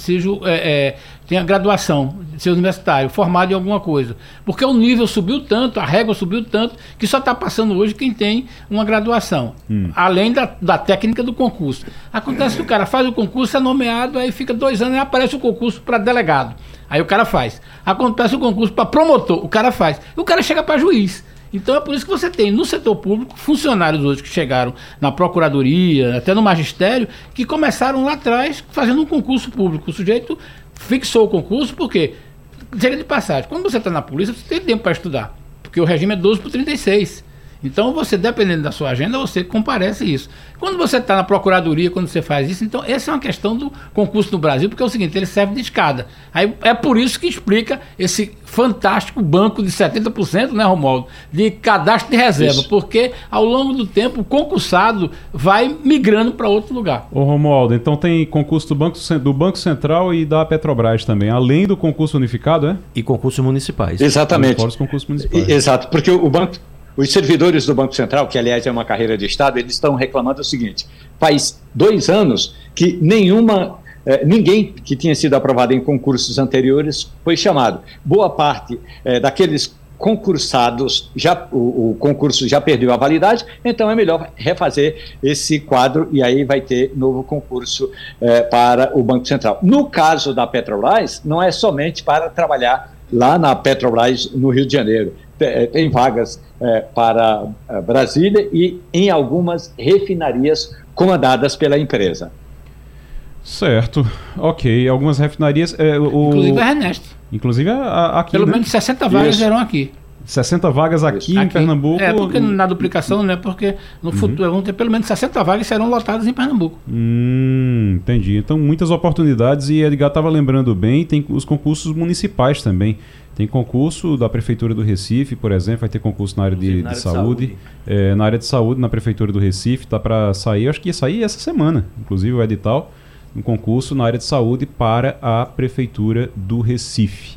graduação, seja universitário, formado em alguma coisa. Porque o nível subiu tanto, a régua subiu tanto, que só está passando hoje quem tem uma graduação. Além da técnica do concurso. Acontece que o cara faz o concurso, é nomeado, aí fica 2 anos e aparece o concurso para delegado. Aí o cara faz. Acontece o concurso para promotor, o cara faz. E o cara chega para juiz. Então é por isso que você tem no setor público funcionários hoje que chegaram na procuradoria, até no magistério, que começaram lá atrás fazendo um concurso público. O sujeito fixou o concurso porque, chega de passagem, quando você está na polícia, você tem tempo para estudar, porque o regime é 12/36. Então você, dependendo da sua agenda, você comparece isso. Quando você está na procuradoria, quando você faz isso, então essa é uma questão do concurso no Brasil, porque é o seguinte, ele serve de escada. Aí é por isso que explica esse fantástico banco de 70%, né, Romualdo, de cadastro de reserva, isso. Porque ao longo do tempo o concursado vai migrando para outro lugar. Ô Romualdo, então tem concurso do Banco Central e da Petrobras também, além do concurso unificado, é? E concursos municipais. Exatamente. Fora os concursos municipais. Exato, porque os servidores do Banco Central, que aliás é uma carreira de Estado, eles estão reclamando o seguinte: faz 2 anos que ninguém que tinha sido aprovado em concursos anteriores foi chamado. Boa parte daqueles concursados, o concurso já perdeu a validade, então é melhor refazer esse quadro e aí vai ter novo concurso para o Banco Central. No caso da Petrobras, não é somente para trabalhar lá na Petrobras, no Rio de Janeiro. Tem vagas para Brasília e em algumas refinarias comandadas pela empresa. Certo, ok. Algumas refinarias... Inclusive a Ernesto. Inclusive aqui, pelo menos 60 vagas eram aqui. 60 vagas aqui em Pernambuco. Porque na duplicação, né? Porque no futuro vão ter pelo menos 60 vagas que serão lotadas em Pernambuco. Entendi. Então, muitas oportunidades, e Edgar estava lembrando bem, tem os concursos municipais também. Tem concurso da Prefeitura do Recife, por exemplo, vai ter concurso na área de saúde. Na área de saúde, na Prefeitura do Recife, está para sair, acho que ia sair essa semana, inclusive o edital, um concurso na área de saúde para a Prefeitura do Recife.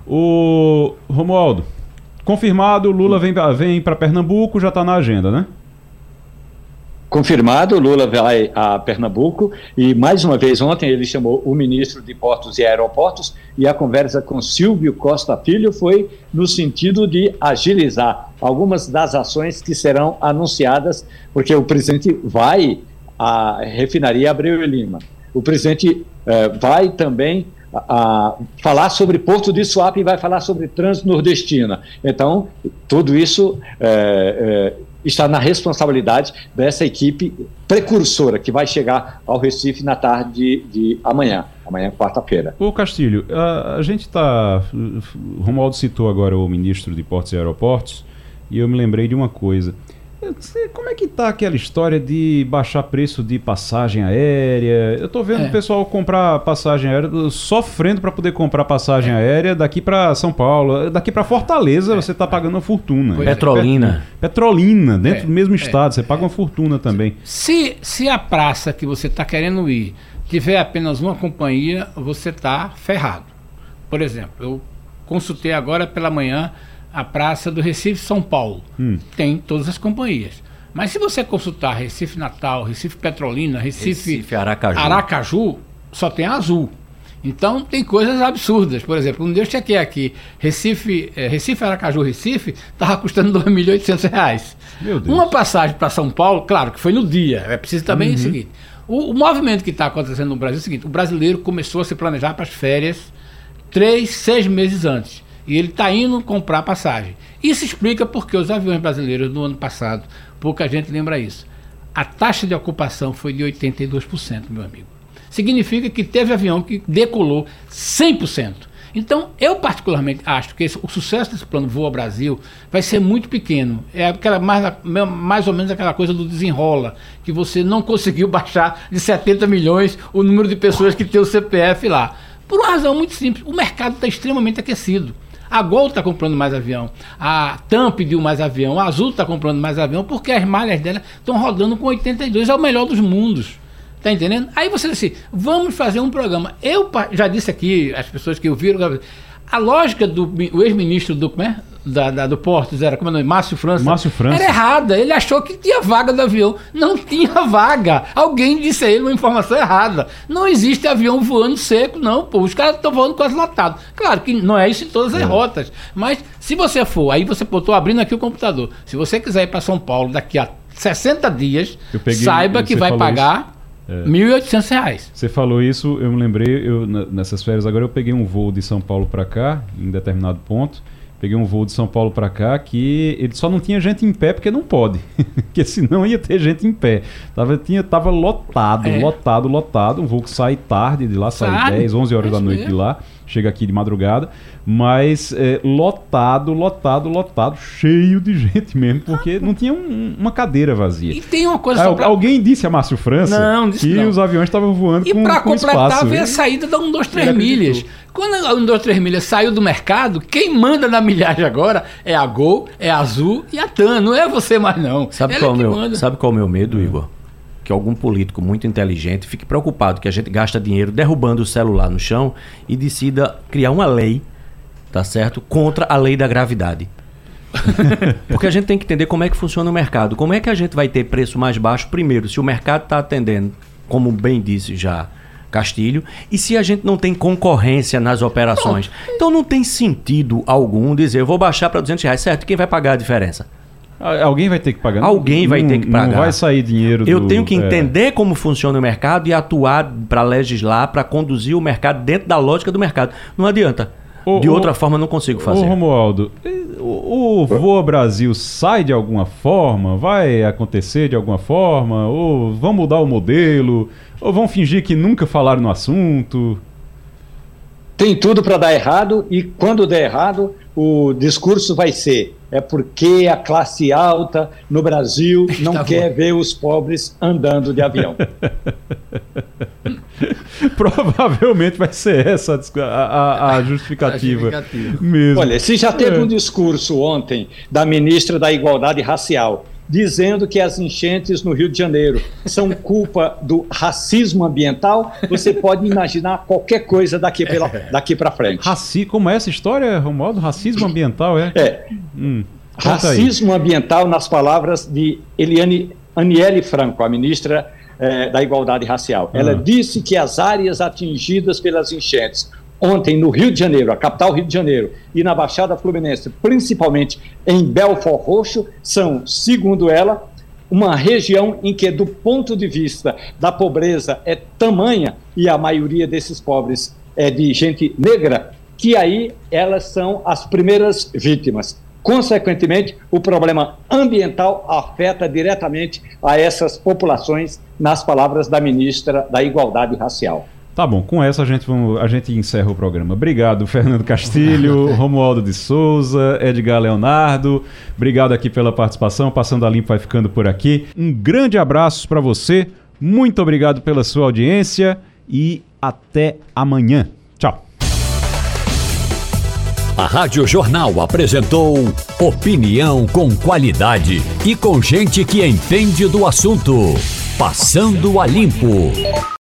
O Romualdo, confirmado, Lula vem para Pernambuco, já está na agenda, né? confirmado, Lula vai a Pernambuco e, mais uma vez, ontem ele chamou o ministro de Portos e Aeroportos e a conversa com Silvio Costa Filho foi no sentido de agilizar algumas das ações que serão anunciadas, porque o presidente vai à refinaria Abreu e Lima. O presidente vai também falar sobre Porto de Suape e vai falar sobre Transnordestina. Então, tudo isso está na responsabilidade dessa equipe precursora que vai chegar ao Recife na tarde de amanhã, quarta-feira. Ô Castilho, a gente está... Romualdo citou agora o ministro de Portos e Aeroportos e eu me lembrei de uma coisa. Como é que tá aquela história de baixar preço de passagem aérea? Eu tô vendo o pessoal comprar passagem aérea, sofrendo para poder comprar passagem aérea daqui para São Paulo, daqui para Fortaleza você tá pagando uma fortuna. Petrolina. Petrolina, dentro do mesmo estado, você paga uma fortuna também. Se a praça que você está querendo ir tiver apenas uma companhia, você tá ferrado. Por exemplo, eu consultei agora pela manhã a praça do Recife São Paulo. Tem todas as companhias. Mas se você consultar Recife Natal, Recife Petrolina, Recife Aracaju, só tem a Azul. Então tem coisas absurdas. Por exemplo, um dia eu chequei aqui, Recife Aracaju, Recife, estava custando R$ 2.800. Meu Deus. Uma passagem para São Paulo, claro que foi no dia, é preciso também o seguinte, o movimento que está acontecendo no Brasil é o seguinte, o brasileiro começou a se planejar para as férias 6 meses antes. E ele está indo comprar passagem. Isso explica porque os aviões brasileiros no ano passado, pouca gente lembra isso, a taxa de ocupação foi de 82%, meu amigo. Significa que teve avião que decolou 100%. Então, eu particularmente acho que o sucesso desse plano Voa Brasil vai ser muito pequeno. É aquela, mais ou menos aquela coisa do desenrola, que você não conseguiu baixar de 70 milhões o número de pessoas que tem o CPF lá. Por uma razão muito simples, o mercado está extremamente aquecido. A Gol está comprando mais avião, a TAM pediu mais avião, a Azul está comprando mais avião, porque as malhas dela estão rodando com 82, é o melhor dos mundos. Tá entendendo? Aí você diz assim, vamos fazer um programa. Eu já disse aqui, as pessoas que ouviram, a lógica do ex-ministro do Portos, era como é o nome? Márcio França, era errada. Ele achou que tinha vaga do avião. Não tinha vaga. Alguém disse a ele uma informação errada. Não existe avião voando seco, não. Pô, os caras estão voando quase lotados. Claro que não é isso em todas as rotas. Mas se você for, aí você estou abrindo aqui o computador. Se você quiser ir para São Paulo daqui a 60 dias, saiba que vai pagar R$ 1.800. Você falou isso, eu me lembrei, nessas férias agora eu peguei um voo de São Paulo para cá, em determinado ponto, peguei um voo de São Paulo para cá que ele só não tinha gente em pé porque não pode, porque senão ia ter gente em pé. Tava lotado, um voo que sai tarde de lá, sai 10, 11 horas da noite de lá, chega aqui de madrugada, mas lotado, cheio de gente mesmo, porque não tinha uma cadeira vazia. E tem uma coisa... Alguém disse a Márcio França que os aviões estavam voando com espaço. E para completar, veio a saída da 123 milhas. Quando a 123 milhas saiu do mercado, quem manda na milhagem agora é a Gol, é a Azul e a TAM, não é você mais não. Sabe qual é o meu medo, Igor? Que algum político muito inteligente fique preocupado que a gente gasta dinheiro derrubando o celular no chão e decida criar uma lei, tá certo, contra a lei da gravidade. Porque a gente tem que entender como é que funciona o mercado. Como é que a gente vai ter preço mais baixo primeiro, se o mercado está atendendo, como bem disse já Castilho, e se a gente não tem concorrência nas operações. Então não tem sentido algum dizer, eu vou baixar para R$200, certo? Quem vai pagar a diferença? Alguém vai ter que pagar. Alguém vai ter que pagar. Não vai sair dinheiro Eu tenho que entender como funciona o mercado e atuar para legislar, para conduzir o mercado dentro da lógica do mercado. Não adianta. De outra forma, não consigo fazer. Romualdo, o Voa Brasil sai de alguma forma? Vai acontecer de alguma forma? Ou vão mudar o modelo? Ou vão fingir que nunca falaram no assunto? Tem tudo para dar errado e quando der errado, o discurso vai ser porque a classe alta no Brasil não quer ver os pobres andando de avião. Provavelmente vai ser essa a justificativa. Mesmo. Olha, se já teve um discurso ontem da ministra da Igualdade Racial dizendo que as enchentes no Rio de Janeiro são culpa do racismo ambiental, você pode imaginar qualquer coisa daqui para frente. Como é essa história, Romualdo? Racismo ambiental, Racismo ambiental, nas palavras de Eliane Aniele Franco, a ministra da Igualdade Racial. Ela disse que as áreas atingidas pelas enchentes ontem no Rio de Janeiro, a capital Rio de Janeiro, e na Baixada Fluminense, principalmente em Belford Roxo, são, segundo ela, uma região em que, do ponto de vista da pobreza, é tamanha, e a maioria desses pobres é de gente negra, que aí elas são as primeiras vítimas. Consequentemente, o problema ambiental afeta diretamente a essas populações, nas palavras da ministra da Igualdade Racial. Tá bom, com essa a gente encerra o programa. Obrigado, Fernando Castilho, Romualdo de Souza, Edgar Leonardo. Obrigado aqui pela participação. Passando a Limpo vai ficando por aqui. Um grande abraço para você. Muito obrigado pela sua audiência e até amanhã. Tchau. A Rádio Jornal apresentou opinião com qualidade e com gente que entende do assunto. Passando a Limpo.